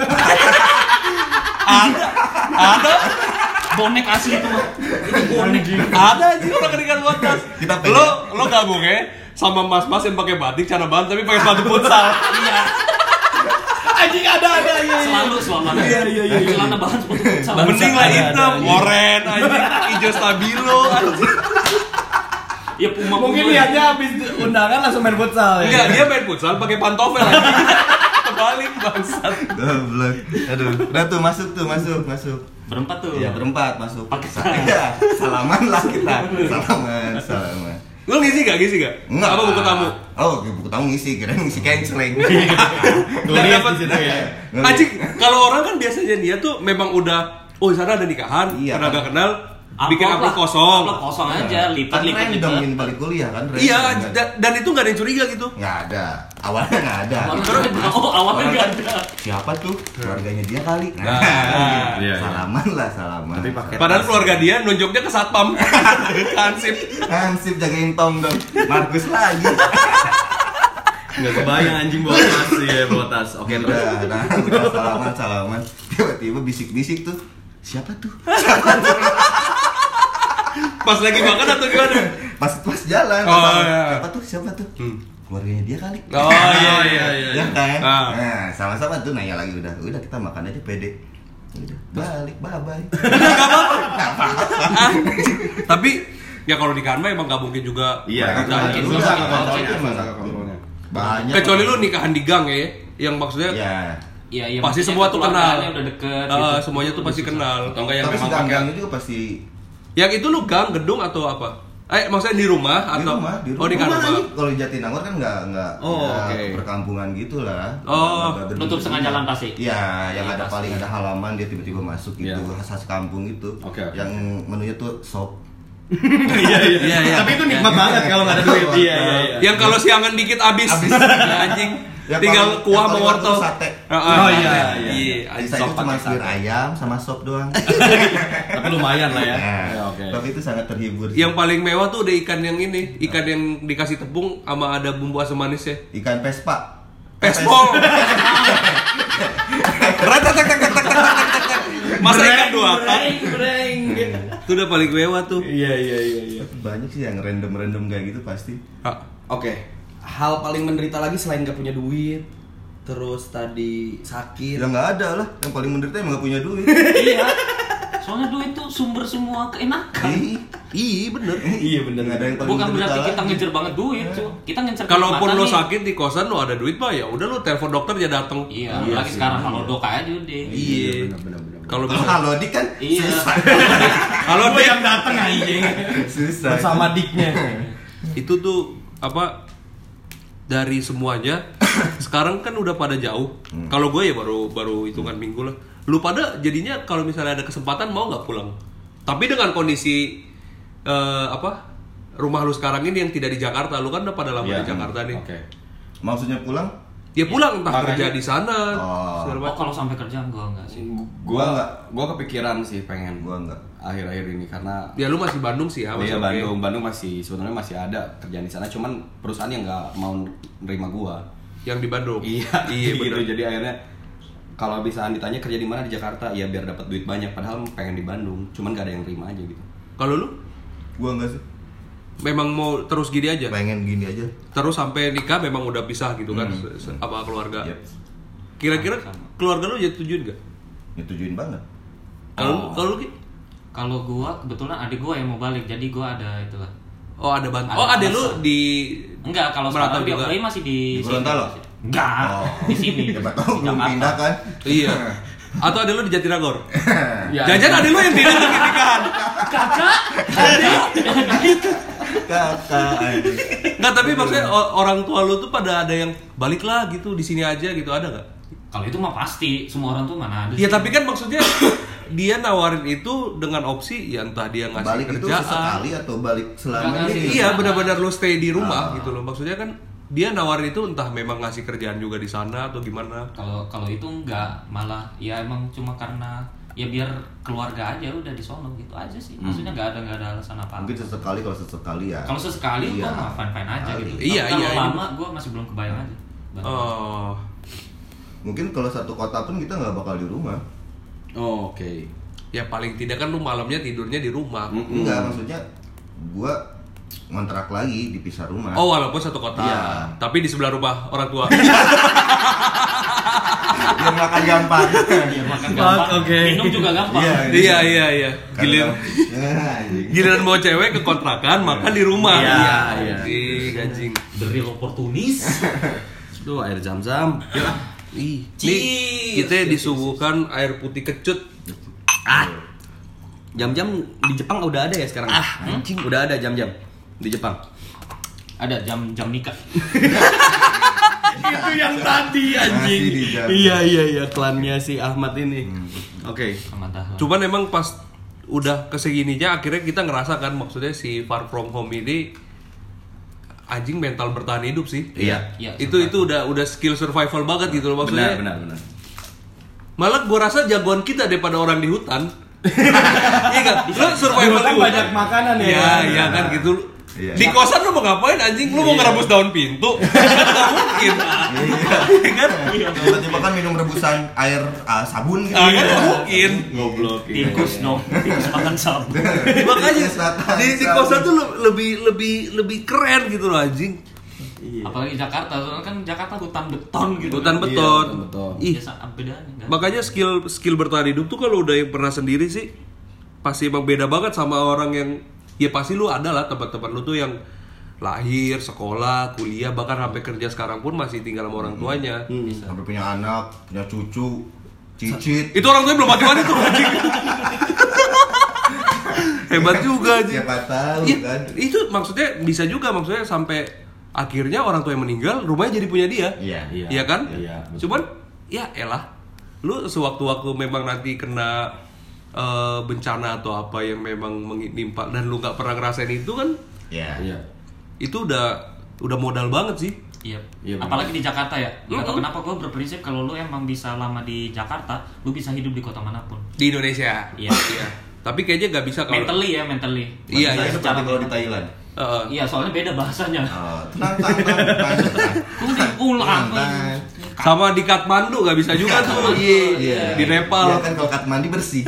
Ada. Bonek asli itu mah. Itu bonek. Ada aja orang keringan bawa tas. Kita pede. Lo gabung ya sama mas-mas yang pakai batik celana bahan tapi pakai sepatu futsal. Iya. Anjing ada ya. Selalu ada. Iya. Celana bahan sepatu futsal. Mending lah ada, hitam, ada. oren anjing, hijau stabilo anjing. Ya Puma. Mungkin lihatnya habis undangan langsung main futsal ya. Enggak, dia main futsal pakai pantofel anjing. Kebalik bangsat. Goblok. Aduh, udah tuh masuk. Berempat tuh. Iya, berempat masuk. Pakai Iya, salaman lah kita. Salaman. Lu ngisi gak? Enggak. Apa buku tamu? Oh, buku tamu ngisi, kirain ngisi canceling. Nggak dapat di situ ya. Anjing, kalau orang kan biasanya dia tuh memang udah di sana ada nikahan, Iya. karena gak kenal, bikin amplop kosong. Amplop kosong aja, Kan lipat-lipat random ini balik kuliah kan. random, Iya, kan? dan itu gak ada yang curiga gitu. Nggak ada. Awalnya nggak ada. Oh, awalnya Orang nggak kan, ada. siapa tuh? Keluarganya dia kali. Nah, iya. Salaman lah, salaman. Tapi pakai Padahal keluarga dia nunjuknya ke satpam. Hansip. Hansip jagain tong dong. Markus lagi. Nggak kebayang anjing bawa tas ya, bawa tas. Oke, terus. Udah salaman. Tiba-tiba bisik-bisik tuh. Siapa tuh? Pas lagi makan atau gimana? Pas jalan. Oh, sama, iya. Siapa tuh? Keluarganya dia kali. Oh iya. Ya kan? Ah. Nah, sama-sama tuh nanya lagi udah kita makan aja pede. Udah, balik, bye-bye. Tapi ya kalau di Kanma emang gak mungkin juga. Iya, Nah, mungkin. gitu. Susah kontrolnya. Banyak. Kecuali lu nikahan di gang ya, yang maksudnya Ya. Iya, pasti maksudnya semua tuh kenal. keluarganya udah deket gitu. Semuanya tuh pasti kenal. Atau enggak yang Tapi memang sedang-sedang pakai juga pasti Yang itu lu gang, gedung atau apa? Maksudnya di rumah di atau? rumah. Oh di Rumah Kanma. aja. Kalau di Jatinangor kan nggak Oh, ya, oke. perkampungan gitulah. Oh, Nggak gedung nutup gitu. setengah jalan pasti. Iya, yang Iya, ada pasti. paling ada halaman dia tiba-tiba masuk gitu, Iya. khas kampung itu. Oke. Yang menunya tuh sop. Iya. Tapi itu nikmat banget kalau nggak ada duit. Iya. Yang kalau siangan dikit abis. Anjing. Ya, Tinggal paling- kuah yang sama paling wortel. waktu sate. Oh, iya. Iya. Sisa Sop itu cuma pakai sayur sate. ayam sama sop doang. Tapi lumayan lah ya. Nah, Ya, oke. Tapi itu sangat terhibur. sih. Yang paling mewah tuh udah ikan yang ini, ikan yang dikasih tepung sama ada bumbu asam manisnya. Ikan Vespa. Pespol. Masa ikan dua kan? Breng. Itu udah paling mewah tuh. Iya. Banyak sih yang random kayak gitu pasti. Oke. Hal paling menderita lagi selain gak punya duit, terus tadi sakit. Ya nggak ada lah. Yang paling menderita emang nggak punya duit. Iya. Soalnya duit tuh sumber semua keenakan. Iya bener. Iya bener. Nggak ada yang paling Bukan menderita berarti kita lagi. ngejar banget duit, cuy. Kita ngejar Kalaupun kenikmatan lo nih. sakit di kosan lo ada duit mah ya udah lo telepon dokter ya datang. Iya, Iya lagi sih, sekarang iya. kalau doka aja udah. Iya. Bener. Kalau Oh, bisa. kalau Dik kan Iya. susah. Kalau Gue dia yang dateng anjing. Susah. Bersama diknya. itu tuh apa dari semuanya sekarang kan udah pada jauh. Kalau gue ya baru hitungan minggu lah. Lu pada jadinya kalau misalnya ada kesempatan mau nggak pulang? Tapi dengan kondisi rumah lu sekarang ini yang tidak di Jakarta, lu kan udah pada lama Iya. di Jakarta nih. Oke. Maksudnya pulang? Ya pulang entah Makanya- kerja di sana. Oh. segala Oh, macam. kalau sampai kerja enggak sih. Gua kepikiran sih pengen Gua enggak. akhir-akhir ini karena Ya lu masih Bandung sih ya. iya masih oke. Bandung masih sebetulnya masih ada kerjaan di sana, cuman perusahaan yang nggak mau nerima gua. Yang di Bandung. Iya, Iya gitu. bener. Jadi akhirnya kalau bisa ditanya kerja di mana di Jakarta, ya biar dapat duit banyak. Padahal pengen di Bandung, cuman gak ada yang terima aja gitu. Kalau lu? Gua enggak sih. memang mau terus gini aja. Pengen gini aja. Terus sampai nikah memang udah pisah gitu kan sama keluarga. Yep. Kira-kira keluarga lu nyetujuin gak? Nyetujuin banget. Kalau lu Ki? Kalau gua kebetulan adik gua yang mau balik, jadi gua ada itulah. Oh ada bantu. Oh ada lu di Enggak, kalau Merantau sekarang juga? dia masih di Gorontalo? Enggak, di sini. Siapa tahu Di belum Jakarta. pindah kan? Iya. Atau ada lu di Jatinangor? Ya, Jajan ada lu yang di nikahan. Kakak. Kakak anjing. Nggak, tapi maksudnya orang tua lu tuh pada ada yang balik lah gitu di sini aja gitu, ada nggak? Kalau itu mah pasti, semua orang tuh mana ada. Ya sih. tapi kan maksudnya dia nawarin itu dengan opsi ya entah dia ngasih Balik itu kerjaan. sesekali atau balik selamanya? Nggak ngasih. Iya benar-benar lu stay di rumah gitu loh. Maksudnya kan dia nawarin itu entah memang ngasih kerjaan juga di sana atau gimana. Kalau itu enggak, malah ya emang cuma karena ya biar keluarga aja udah di sono gitu aja sih. Maksudnya nggak ada alasan apa. Mungkin sesekali, kalau sesekali ya. Kalau sesekali Iya. gua mah fine aja gitu. Iya, Tapi iya, kalau lama gua masih belum kebayang aja. Oh. Mungkin kalau satu kota pun kita nggak bakal di rumah. Oh, oke. Ya paling tidak kan lu malamnya tidurnya di rumah. Enggak, maksudnya gua ngontrak lagi dipisah rumah. Oh walaupun satu kota. Iya. Tapi di sebelah rumah orang tua. Biar makan gampang. Biar makan gampang, Oke. minum juga gampang. Iya. Giliran mau cewek ke kontrakan makan di rumah. Iya. Anjing. The real opportunist. Tuh air zam-zam. Ih, nih kita disuguhkan air putih kecut. Jam-jam di Jepang udah ada ya sekarang? Anjing. Udah ada jam-jam di Jepang. Ada jam nikah. Itu yang tadi Masih di jam. Iya, klannya si Ahmad ini. Oke. Sama Dahlan. Cuman emang pas udah kesegininya akhirnya kita ngerasakan maksudnya si Far From Home ini anjing mental bertahan hidup sih. Iya. Iya, Itu udah skill survival banget gitu loh maksudnya. Benar. Malah gua rasa jagoan kita daripada orang di hutan. Iya kan? Lu survival di hutan banyak makanan ya. Iya kan gitu. Iya. Di kosan lu mau ngapain anjing? Lu mau ngerebus daun pintu? Nggak mungkin. Iya kan? Tiba-tiba kan minum rebusan air sabun gitu. Kan nggak mungkin. Goblok. Tikus dong, tikus makan sabu. Makanya Selatan, di kosan tuh lebih keren gitu loh anjing. Apalagi Jakarta, soalnya kan Jakarta hutan beton gitu. Hutan beton. Iya, beton. Ih, Biasa bedanya enggak. makanya skill bertahan hidup tuh kalau udah yang pernah sendiri sih pasti emang beda banget sama orang yang ya pasti lu ada lah tempat-tempat lu tuh yang lahir, sekolah, kuliah, bahkan sampai kerja sekarang pun masih tinggal sama orang tuanya. Sampai punya anak, punya cucu, cicit. Itu orang tuanya belum mati-mati tuh anjing. Hebat juga anjing. Siapa tahu Iya, kan. itu maksudnya bisa juga maksudnya sampai akhirnya orang tua yang meninggal rumahnya jadi punya dia. Iya kan? Iya, betul. Cuman ya elah. Lu sewaktu-waktu memang nanti kena bencana atau apa yang memang menimpa dan lu nggak pernah ngerasain itu kan, Iya. itu udah modal banget sih. Iya. Iya, benar. Apalagi di Jakarta ya. Gak tau kenapa gue berprinsip kalau lu emang bisa lama di Jakarta, lu bisa hidup di kota manapun. Di Indonesia. Iya. Tapi kayaknya nggak bisa kalau Mentally. Iya, iya. Seperti kalau di Thailand. Iya, soalnya beda bahasanya. Tenang. Lu diulang. sama di Kathmandu nggak bisa juga tuh. Iya. Di Nepal. Iya kan kalau Katmandi bersih.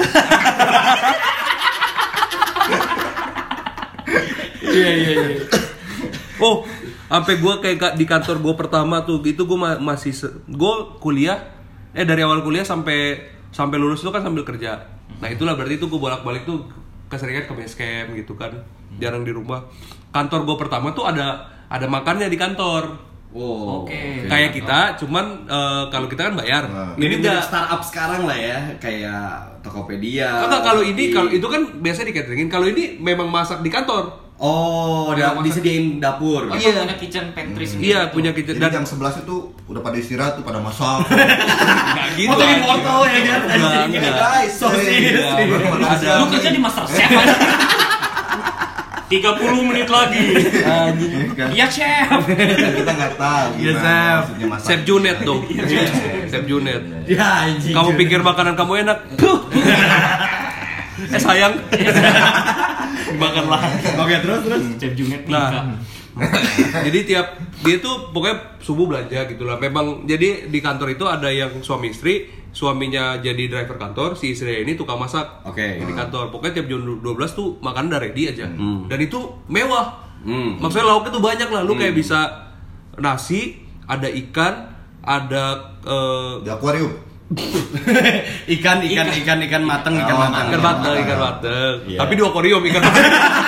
Iya. Oh, sampai gue kayak di kantor gue pertama tuh gitu gue masih gue kuliah dari awal kuliah sampai lulus tuh kan sambil kerja. Nah itulah berarti tuh gue bolak-balik tuh keseringan ke base camp gitu kan, jarang di rumah. Kantor gue pertama tuh ada makannya di kantor. Oh, Oke. Kayak kita, cuman kalau kita kan bayar. Nah. Ini Ini enggak. startup sekarang lah ya, kayak Tokopedia. Enggak, kalau itu kan biasa di cateringin. Kalau ini memang masak di kantor. Oh, disediain dapur. Oh, Iya. punya kitchen pantry sendiri. Iya, punya kitchen. Jadi Dan jam 11 itu udah pada istirahat tuh pada masak. enggak gitu. Fotoin anjing. foto ya kan? Enggak. Guys, Sosis. Ada. Lu kerja di Master Chef aja. 30 menit lagi. Iya, chef. Kita nggak tahu. Iya, gimana Chef. maksudnya masak. Chef Junet dong. Chef Junet. Ya anjing. Kamu pikir makanan kamu enak? Tuh. Sayang. Makanlah. Oke, terus. Chef Junet Nah, jadi dia tuh pokoknya subuh belanja gitu lah. Memang jadi di kantor itu ada yang suami istri, suaminya jadi driver kantor, si istri ini tukang masak. Oke. Di kantor. Pokoknya tiap jam 12 tuh makan udah ready aja. Dan itu mewah. Maksudnya lauknya tuh banyak lah. Lu kayak bisa nasi, ada ikan, ada Di akuarium. ikan mateng. ikan mateng. Iya. Tapi di akuarium ikan mateng.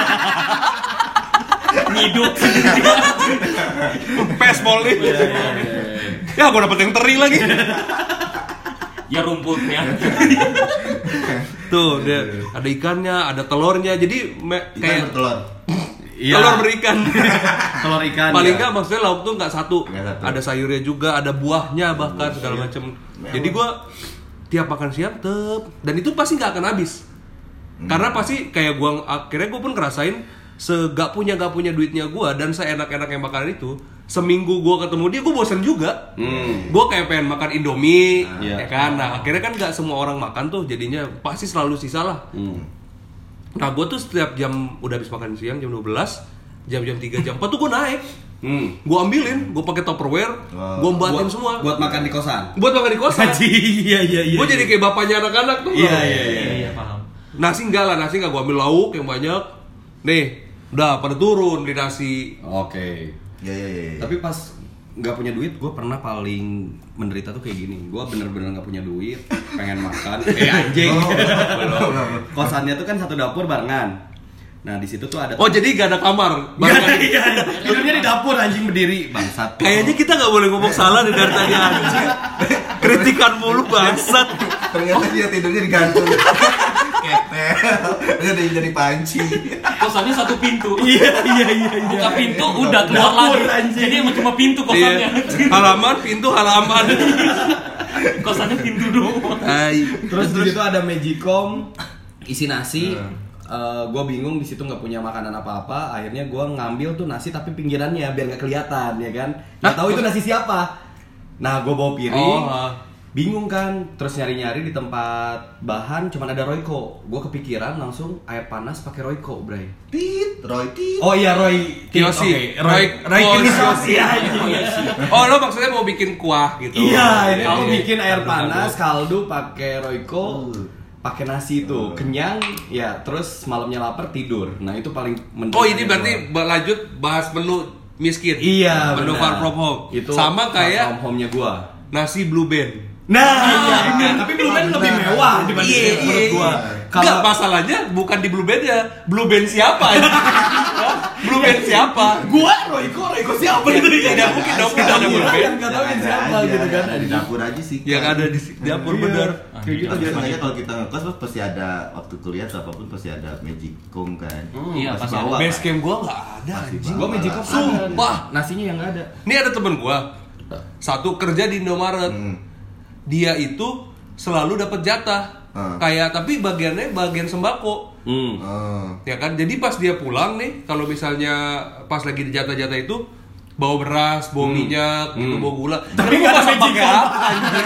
Ngiduk. Pes nih. Ya gua dapet yang teri lagi. Ya rumputnya. Tuh, ada ikannya, ada telurnya. Jadi Ikan kayak bertelur. Iya. telur berikan. Telur ikan. Paling ya. nggak maksudnya lauk tuh nggak satu. Nggak satu. Ada sayurnya juga, ada buahnya bahkan segala macam. Jadi gua tiap makan siang dan itu pasti nggak akan habis. Karena pasti kayak gua akhirnya gua pun ngerasain gak punya duitnya gua dan seenak-enaknya makanan itu. Seminggu gue ketemu dia, gue bosan juga. Gue kayak pengen makan Indomie, ya kan. Nah akhirnya kan nggak semua orang makan tuh, jadinya pasti selalu sisa lah. Nah gue tuh setiap jam udah habis makan siang jam 12, jam 3, jam 4 tuh gue naik. Gue ambilin, gue pakai Tupperware, gue batin semua. Buat makan di kosan. Buat makan di kosan. Iya. Gue jadi kayak bapaknya anak-anak tuh. Iya, paham. Nasi gue ambil lauk yang banyak. Nih, udah pada turun di nasi. Oke. Iya. Tapi pas nggak punya duit, gue pernah paling menderita tuh kayak gini. Gue bener-bener nggak punya duit, pengen makan. Anjing. Kosannya tuh kan satu dapur barengan. Nah di situ tuh ada. Oh jadi gak ada kamar. Iya. Tidurnya di dapur anjing berdiri. Bangsat. Kayaknya kita nggak boleh ngomong salah dari tadi anjing. Kritikan mulu bangsat. Ternyata dia tidurnya digantung. Ketel. Dia jadi panci. Kosannya satu pintu. Iya. Buka pintu udah keluar Dapur, lagi. anjing. Jadi emang cuma pintu kosannya. Iya. Halaman, pintu halaman. Kosannya pintu doang. Terus di situ ada Magicom isi nasi. Gue bingung di situ nggak punya makanan apa-apa. Akhirnya gue ngambil tuh nasi tapi pinggirannya biar nggak kelihatan ya kan. Nggak tahu itu nasi siapa. Nah gue bawa piring. Bingung kan, terus nyari-nyari di tempat bahan cuman ada Royco. Gue kepikiran langsung air panas pakai Royco, Bray. Roy Tit. Oh iya Roy Kiyoshi. Roy Kiyoshi. Kiyoshi. Oh lo maksudnya mau bikin kuah gitu? Iya, ini aku Oke. bikin air panas, kaldu pakai Royco, pakai nasi itu kenyang, ya terus malamnya lapar tidur. Nah itu paling menderita. Oh ini berarti lanjut bahas menu miskin. Iya, menu benar. far from home. Itu sama far kayak from home-nya gua. nasi Blue Band. Nah, tapi Blue Band lebih mewah dibanding menurut gua. Enggak, masalahnya bukan di Blue Band ya. Blue Band siapa? Blue Band siapa? Gua Royco siapa gitu ya? Tidak mungkin dong kita ada Blue Band. Enggak tahu yang siapa gitu kan. Di dapur aja sih. Yang ada di dapur bener. Kayak gitu biasanya kalau kita ngekos tuh pasti ada waktu kuliah atau apapun pasti ada Magicom kan. Iya, pasti bawa. Base camp gua enggak ada Pasti anjing. Gua Magicom Sumpah. nasinya yang enggak ada. Ini ada temen gua. Satu kerja di Indomaret. Dia itu selalu dapat jatah. Kayak tapi bagian sembako. Ya kan? Jadi pas dia pulang nih, kalau misalnya pas lagi di jatah-jatah itu bawa beras, bawa minyak, gitu, bawa gula. Tapi mau nggak ada masak pakai Magicom. apa anjir?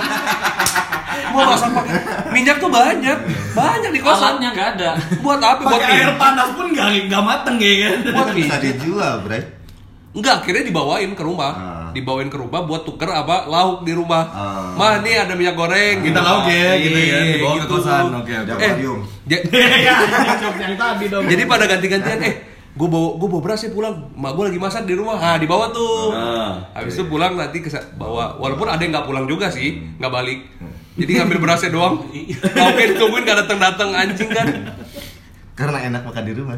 Mau masak pakai minyak tuh banyak di kosan. Alatnya nggak ada. Buat apa? Buat Pakai air panas pun enggak mateng ya kan. Buat Bisa minyak. dijual, Bray. Enggak, akhirnya dibawain ke rumah. Dibawain ke rumah buat tuker apa lauk di rumah. Mah nih ada minyak goreng. Kita lauk ya gitu ya, dibawa ke kosan. Oke. Di akuarium. Iya, yang tadi dong. Jadi pada ganti-gantian, gue bawa beras ya pulang. Mak gue lagi masak di rumah. Nah, dibawa tuh. Habis itu pulang nanti bawa. Walaupun ada yang nggak pulang juga sih, nggak balik. Jadi ngambil berasnya doang. Lauknya ditungguin nggak datang anjing kan. Karena enak makan di rumah.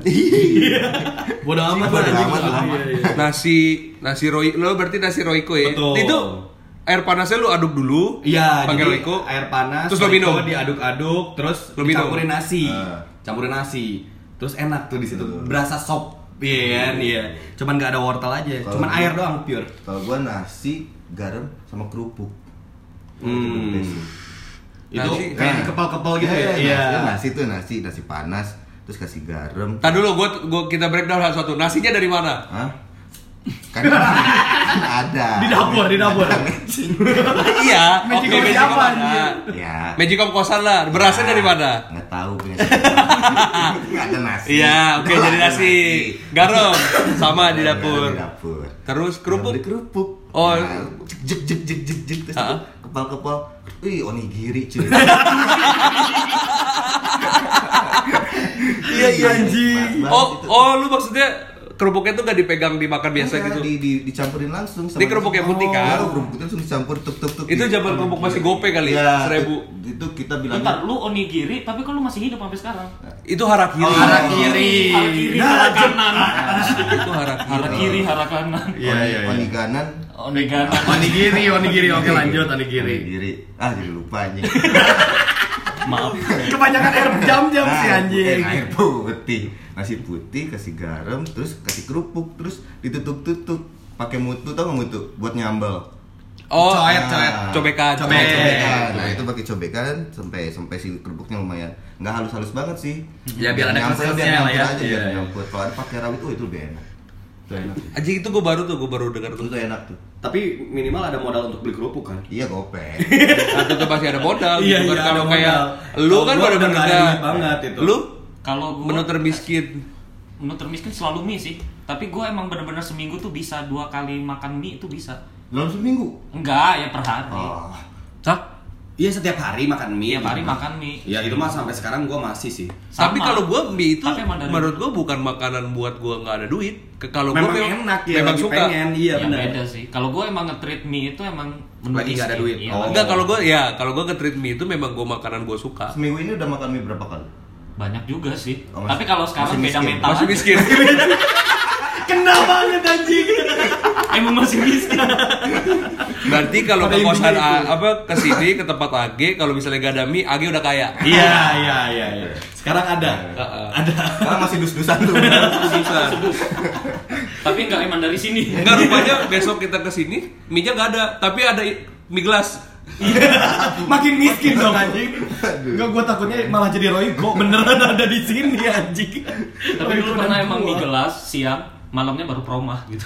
Bodoh amat lah. Bodo amat lah. Nasi Roy, lo berarti nasi Royco ya? Betul. Itu air panasnya lu aduk dulu. Iya, pakai jadi Royco. air panas. Terus lo Royco minum. diaduk-aduk, terus Lo minum. campurin nasi. Campurin nasi. Terus enak tuh di situ. Berasa sop. Iya kan? Iya. Cuman nggak ada wortel aja. Cuman air doang pure. Kalau gua nasi, garam sama kerupuk. Itu Nasi. kayak dikepal-kepal gitu ya. Iya. Nasi tuh nasi panas, terus kasih garam. Tadi dulu kita breakdown satu. Nasinya dari mana? Hah? Kan ada. Di dapur. Iya. Magicom Oke, siapa, Magicom anjir? ada. Ya. Magicom kosan lah. Berasnya dari mana? Nggak tahu punya siapa. Nggak ada nasi. Iya, oke Nggak jadi ada nasi. Garam sama di Ada dapur. di dapur. Terus kerupuk. Beli kerupuk. Oh. Nah, jek terus Ah. kepal. Wih, onigiri cuy. Iya anjing. Mas banget itu. Lu maksudnya kerupuknya tuh gak dipegang dimakan biasa Enggak, gitu. dicampurin langsung Ini kerupuk yang putih kan? Kerupuk putih langsung dicampur tuk. Itu zaman kerupuk masih gope kali, ya, 1000. Itu kita Bentar, bilangnya lu onigiri tapi kok lu masih hidup sampai sekarang? Itu harakiri. Harakiri. Hara kanan. Itu harakiri. Hara kiri, hara kanan. Iya. oniganan. Onigana. Onigiri. Oke, lanjut onigiri. Onigiri. Jadi lupa anjing. Maaf. Kebanyakan air jam-jam sih anjing. Air putih, nasi putih, kasih garam, terus kasih kerupuk, terus ditutup-tutup pakai mutu, tau nggak mutu buat nyambel. Oh, Coet. cobekan. Nah, itu pakai cobekan sampai si kerupuknya lumayan nggak halus-halus banget sih. Ya, biar ada Nyampur, konsistensinya biar lah nyampur ya. aja, biar Iya. nyampur. Kalau ada pakai rawit itu lebih enak. Itu enak. Anjing itu gue baru dengar tuh. Itu enak tuh. Tapi minimal ada modal untuk beli kerupuk kan? Iya gopek. Atau tuh pasti ada modal Iya, gitu kan. iya, Kalau ada kayak modal. lu Kalau kan gua udah bener-bener nggak ada duit banget itu. Lu Kalau gua menu termiskin. menu termiskin selalu mie sih. Tapi gua emang bener-bener seminggu tuh bisa 2 kali makan mie itu bisa. Dalam seminggu. Enggak, ya per hari. Oh. Hah? Iya, setiap hari makan mie. Tiap hari makan mie. Ya itu mah sampai sekarang gua masih sih. Tapi Sama. kalau gua mie itu Tapi emang dari menurut gua bukan makanan buat gua nggak ada duit. Kalau gua Memang enak ya, memang lagi suka. pengen. Iya, ya benar. beda sih. Kalau gua emang nge-treat mie itu emang menu Lagi nggak ada miskin. duit. Iya, Oh. Enggak, kalau gua nge-treat mie itu memang gua makanan gua suka. Seminggu ini udah makan mie berapa kali? banyak juga sih. Oh, masih- Tapi kalau sekarang masih beda miskin. mental Masih aja. miskin. Kena banget anjing. Emang masih miskin. Berarti kalau Pada ke kosan intinya ke sini ke tempat AG, kalau misalnya gak ada mie, AG udah kaya. Iya. Sekarang ada. Ada. Sekarang masih dus-dusan tuh. Susah. Tapi enggak emang dari sini. Enggak, rupanya besok kita ke sini, mie-nya gak ada, tapi ada mie gelas. Makin miskin dong anjing. Enggak, gua takutnya malah jadi Roy kok beneran ada di sini anjing. Tapi dulu pernah emang mie gelas siang, malamnya baru promah gitu.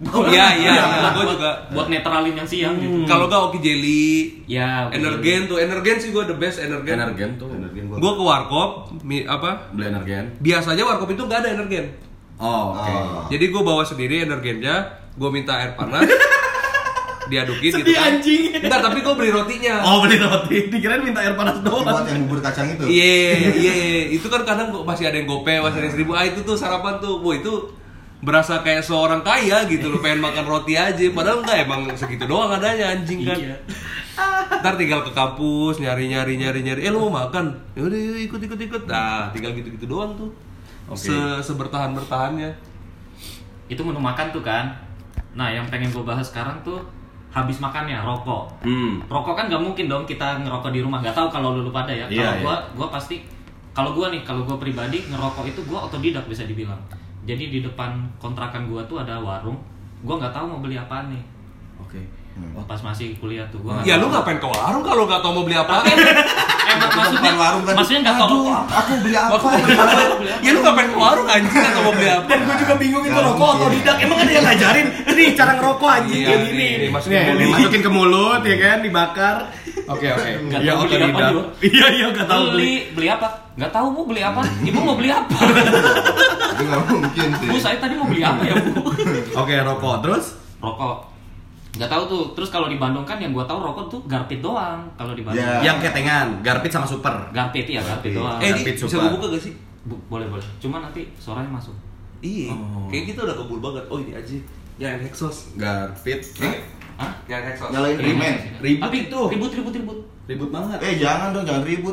Iya, gua juga. Buat netralin yang siang gitu. Kalau gak Oki Jelly, Ya, oke. Energen sih gua the best Energen. Energen tuh. Gua ke warkop, Beli energen. biasanya warkop itu gak ada Energen. Oh, oke. Jadi gua bawa sendiri Energennya, gua minta air panas, diadukin gitu Sedih kan. anjing. Enggak, tapi gua beli rotinya. Oh, beli roti. Dikirain minta air panas doang. Buat yang bubur kacang itu. Iya, itu kan kadang masih ada yang gope, masih ada yang 1000. Itu tuh sarapan tuh, wah itu berasa kayak seorang kaya gitu loh, pengen makan roti aja, padahal enggak, emang segitu doang adanya anjing kan. Iya. Ntar tinggal ke kampus nyari, lu mau makan? Ya udah ikut. Nah, tinggal gitu doang tuh. Oke. Sebertahan-bertahannya. Itu menu makan tuh kan. Nah, yang pengen gue bahas sekarang tuh habis makannya rokok. Rokok kan nggak mungkin dong kita ngerokok di rumah. Nggak tahu kalau lu pada ya. Iya, Kalau gua pasti, kalau gua pribadi ngerokok itu gua otodidak bisa dibilang. Jadi di depan kontrakan gua tuh ada warung. Gua nggak tahu mau beli apaan nih. Oke. Pas masih kuliah tuh gua. Ya lu ngapain ke warung kalau nggak tahu mau beli apa? Emang maksudnya Depan warung kan. maksudnya nggak tahu. Aku beli apa? Ya lu ngapain ke warung anjing atau mau beli apa? Dan gue juga bingung itu Nggak rokok mungkin. otodidak. Emang ada yang ngajarin? Ini cara ngerokok anjing Iya, kayak gini. ini masukin ke Nih, mulut. masukin ke mulut ya kan, dibakar. Oke. Nggak Ya tahu beli apa otodidak. gua. Iya, enggak tahu Beli apa? Nggak tahu bu beli apa? Ibu mau beli apa? Itu nggak mungkin sih. Bu saya tadi mau beli apa ya bu? Oke, rokok. Terus? Rokok. Nggak tahu tuh. Terus kalau di Bandung kan yang gua tahu rokok tuh Garpit doang. Kalau di Bandung. Ya. Yang ketengan, Garpit sama Super. Garpit ya, Garpit doang. Ini Rapid bisa Super. gue buka gak sih? Boleh. Cuma nanti suaranya masuk. Iya, Oh. kayak gitu udah kebul banget. Oh ini aja, yang Hexos. Garpit. Hah? Yang Hexos. Nyalain remen. Ribut Tapi itu. ribut. Ribut banget. Jangan dong, jangan ribut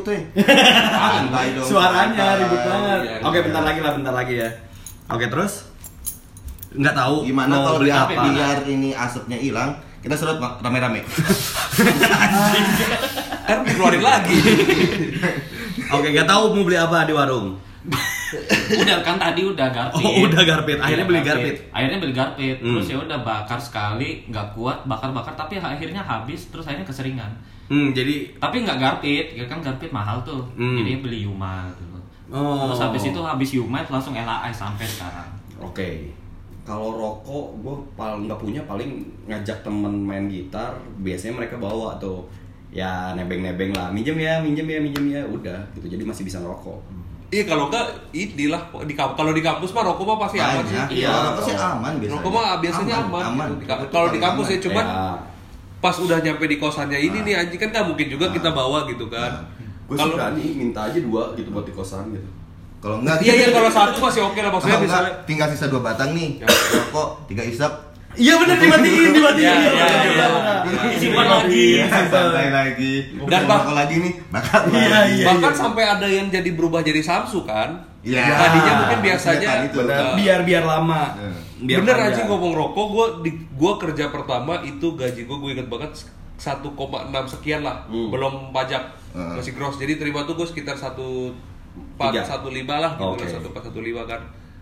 santai dong. Suaranya santai. ribut banget. Iya, Oke, iya. bentar lagi ya. Oke, terus? Nggak tahu Gimana mau kalau beli biar, apa? biar ini asapnya hilang, kita serot rame-rame. Kan dikeluarin lagi. Oke, nggak tahu mau beli apa di warung. Udah kan tadi udah Garpit. Oh, udah Garpit. Iya, Akhirnya beli Garpit. Akhirnya beli Garpit. Hmm. Terus ya udah bakar sekali, nggak kuat, bakar tapi akhirnya habis. Terus akhirnya keseringan. Jadi Tapi nggak Garpit, ya kan Garpit mahal tuh. Jadi beli Yuma gitu. Terus habis itu habis Yuma langsung LAI sampai sekarang. Oke. Kalau rokok, gue paling nggak punya, paling ngajak temen main gitar. Biasanya mereka bawa tuh, ya nebeng lah, minjem ya, udah gitu. Jadi masih bisa ngerokok. Iya kalau enggak inilah kalau di kampus mah rokok mah pasti aman sih. Banyak. Iya. Rokok sih aman biasanya. Rokok mah biasanya aman. Kalau di kampus ya cuman pas udah nyampe di kosannya ini nih anjing kan nggak mungkin juga kita bawa gitu kan. Gue Kalau suka nih minta aja 2 gitu buat di kosan gitu. Kalau enggak Iya kalau satu masih oke lah maksudnya kalau misalnya. enggak, tinggal sisa 2 batang nih. Rokok 3 isap. Iya benar dimatiin. Iya. Simpan lagi. Santai lagi. Dan rokok lagi nih, bakar. Bahkan sampai ada yang jadi berubah jadi Samsu kan. Iya. Tadinya mungkin biasanya Itu. Biar lama. Biar bener panjang. anjing ngomong rokok, gue kerja pertama itu gaji gue inget banget 1,6 sekian lah, belum pajak, masih gross. Jadi terima tuh gue sekitar 1,415 lah gitu lah, 1,415 kan.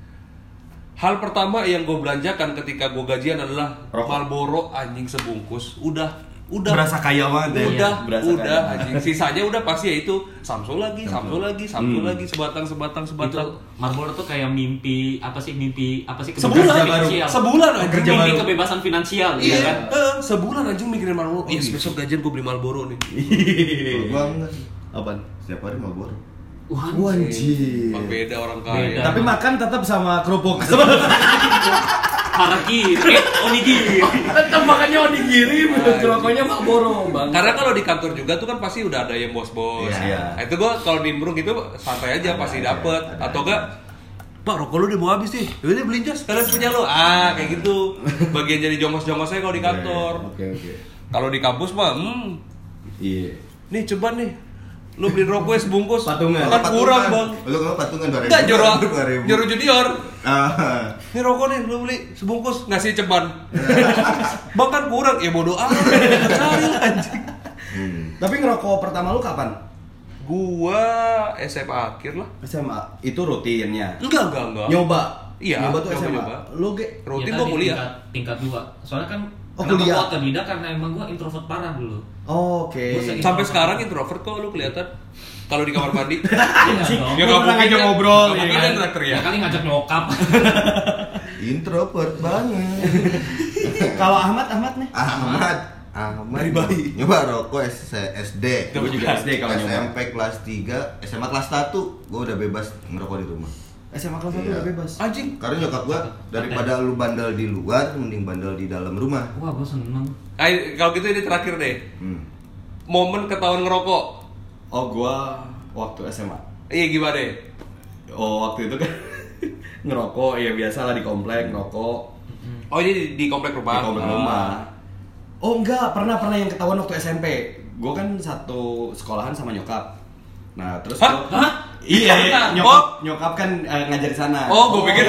Hal pertama yang gue belanjakan ketika gue gajian adalah Marlboro anjing sebungkus. Udah berasa kaya banget ya. udah anjing. Sisanya udah pasti ya itu Samsu lagi, sebatang. Itu Marlboro tuh kayak mimpi apa sih Sebulan anjing. Mimpi kebebasan finansial Iya kan. Sebulan anjing mikirin Marlboro. Yes, besok gajian gue beli Marlboro nih. Kalau gua enggak sih. Apaan? Setiap hari Marlboro. Anjir. Beda orang kaya. Tapi makan tetap sama kerupuk. Harakiri, onigiri. Tetap makannya onigiri, rokoknya Marlboro, Bang. Karena kalau di kantor juga tuh kan pasti udah ada yang bos-bos. Iya. Nah, itu gua kalau nimbrung gitu santai aja pasti dapet. Atau enggak, Pak rokok lu udah mau habis nih. Yaudah beliin jos, kalian punya lo. Kayak gitu. Bagian jadi jongos-jongosnya kalau di kantor. Oke. Kalau di kampus mah, Iya. nih coba nih. Lu beli rokoknya sebungkus. Patungan. Kan kurang, Bang. Lu kalau patungan 2.000. Enggak 2.000. nyuruh junior. Ah. Ini rokok nih, lu beli sebungkus ngasih ceban. Bang kan kurang, ya bodo amat. Cari lah anjing. Tapi ngerokok pertama lu kapan? Gua SMA akhir lah. SMA. Itu rutinnya. Enggak. Nyoba. Iya, Nyoba tuh SMA. nyoba. Lu Rutin Ya, gua tadi kuliah. tingkat 2. Soalnya kan Oh, kenapa kuliah. gua otodidak karena emang gua introvert parah dulu. Oke. Sampai sekarang introvert kok lu kelihatan. Kalau di kamar mandi. Iya dong. Gua pernah ngajak ngobrol, ya ya kan? kan? Ya kali ngajak nyokap. Introvert banget. Kalau Ahmad nih? Ahmad Bayi. nyoba rokok SD. Gua juga SD kalau nyoba. SMP kelas 3, SMA kelas 1 gua udah bebas ngerokok di rumah. SMA kelas 1 Iya. udah bebas. Anjing. Karena nyokap gua daripada lu bandel di luar mending bandel di dalam rumah. Wah, gua seneng. Kalau gitu ini terakhir deh. Momen ketahuan ngerokok. Oh, gua waktu SMA. Iya gimana deh? Oh, waktu itu kan ngerokok ya biasa lah di komplek ngerokok Oh ini di komplek rumah. di komplek rumah. Oh enggak, pernah yang ketahuan waktu SMP. Gue kan satu sekolahan sama nyokap. Nah terus iya nyokap kan ngajar di sana. Oh, gue pikir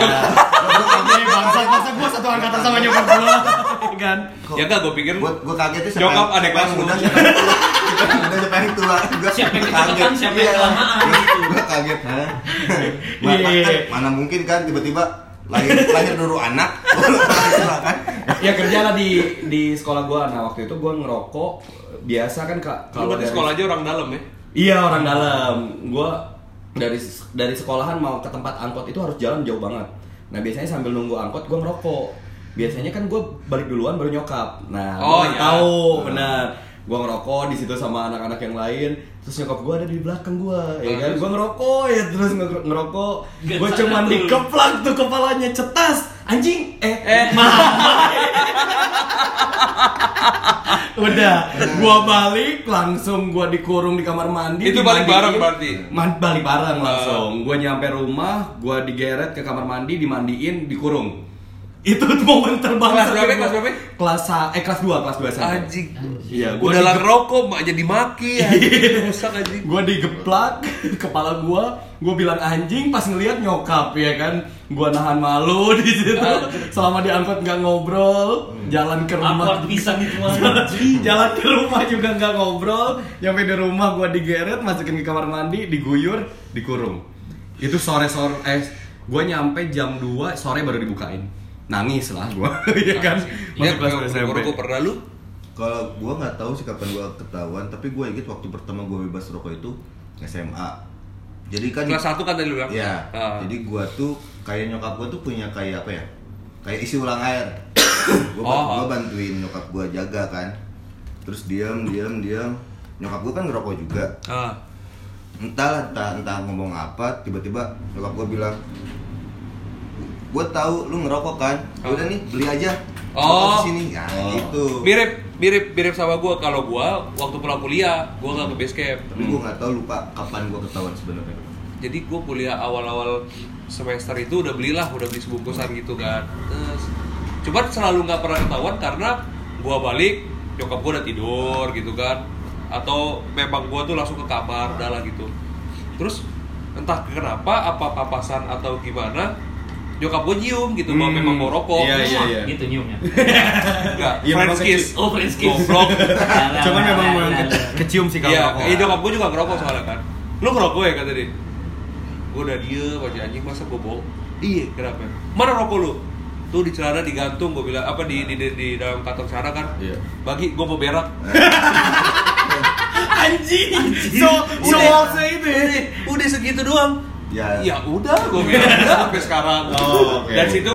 bangsa gue satu angkatan sama nyokap gue kan. Ya enggak, gue pikir Gua kagetnya nyokap adik kelas muda. lu. Udah siapa yang tua? Gua Siapa yang kaget. kecepatan, siapa yang kelamaan. Gua kaget. Iya. Mana mungkin kan tiba-tiba lahir dulu anak. Kan? Ya kerja lah di sekolah gue. Nah waktu itu gue ngerokok biasa kan Kalau di sekolah aja orang dalam ya. Iya orang dalam. Gue dari sekolahan mau ke tempat angkot itu harus jalan jauh banget. Nah biasanya sambil nunggu angkot gue ngerokok. Biasanya kan gue balik duluan baru nyokap. Nah gue tahu benar. Gue ngerokok di situ sama anak-anak yang lain. Terus nyokap gue ada di belakang gue, ya kan? Gue ngerokok ya terus ngerokok. Gue cuman dikeplak tuh kepalanya cetas. Anjing, udah, gua balik langsung gua dikurung di kamar mandi. Itu balik bareng berarti? Balik bareng langsung. Gua nyampe rumah, gua digeret ke kamar mandi, dimandiin, dikurung. Itu momen terbangsa. Kelas berapa? Kelas 2 SMP. Anjing. Iya, udah lah ngerokok, mak jadi maki ya. Rusak anjing. Gua digeplak kepala gua bilang anjing pas ngelihat nyokap ya kan. Gua nahan malu di situ. Selama diangkut nggak ngobrol, jalan ke rumah. Awkward bisa gitu Jalan ke rumah juga nggak ngobrol. Nyampe di rumah gua digeret, masukin ke kamar mandi, diguyur, dikurung. Itu sore gua nyampe jam 2 sore baru dibukain. Nangis lah gua, ya kan. Ya, Masuk kelas SMP. rokok pernah lu? Kalau gua nggak tahu sih kapan gua ketahuan, tapi gua inget waktu pertama gua bebas rokok itu SMA. Jadi kan Kelas 1 kan tadi lu bilang? ya. Jadi gua tuh kayak nyokap gua tuh punya kayak apa ya? Kayak isi ulang air. Gua bantuin nyokap gua jaga kan. Terus diam. Nyokap gua kan ngerokok juga. Entah ngomong apa, tiba-tiba nyokap gua bilang, "Gua tahu lu ngerokok kan? Udah nih, beli aja." Rokok sini. Ya, gitu. Mirip sama gua. Kalau gua waktu pulang kuliah, gua enggak ke base camp. Tapi gua nggak tahu lupa kapan gua ketahuan sebenarnya. Jadi gue kuliah awal-awal semester itu udah beli sebungkusan gitu kan. Terus cuman selalu nggak pernah ketahuan karena gue balik nyokap gue udah tidur gitu kan, atau memang gue tuh langsung ke kamar udah lah gitu. Terus entah kenapa apa papasan atau gimana nyokap gue nyium gitu bahwa memang mau rokok. Iya. Gitu nyiumnya. Enggak, Iya, French kiss. Oh, French kiss. Goblok. Cuman memang mau kecium sih kalau Iya, rokok. nyokap gue juga ngerokok soalnya kan. Lu ngerokok ya kata dia. Gue udah diem aja, anjing masa gue bohong. Iya, kenapa? Mana rokok lu? Tuh di celana digantung, gue bilang apa di dalam kantong celana kan. Iya. Bagi gue mau berak. Anjing. So itu ya. Udah segitu doang. Ya. Ya udah, gue bilang udah sampai sekarang. Oh, oke. Dan situ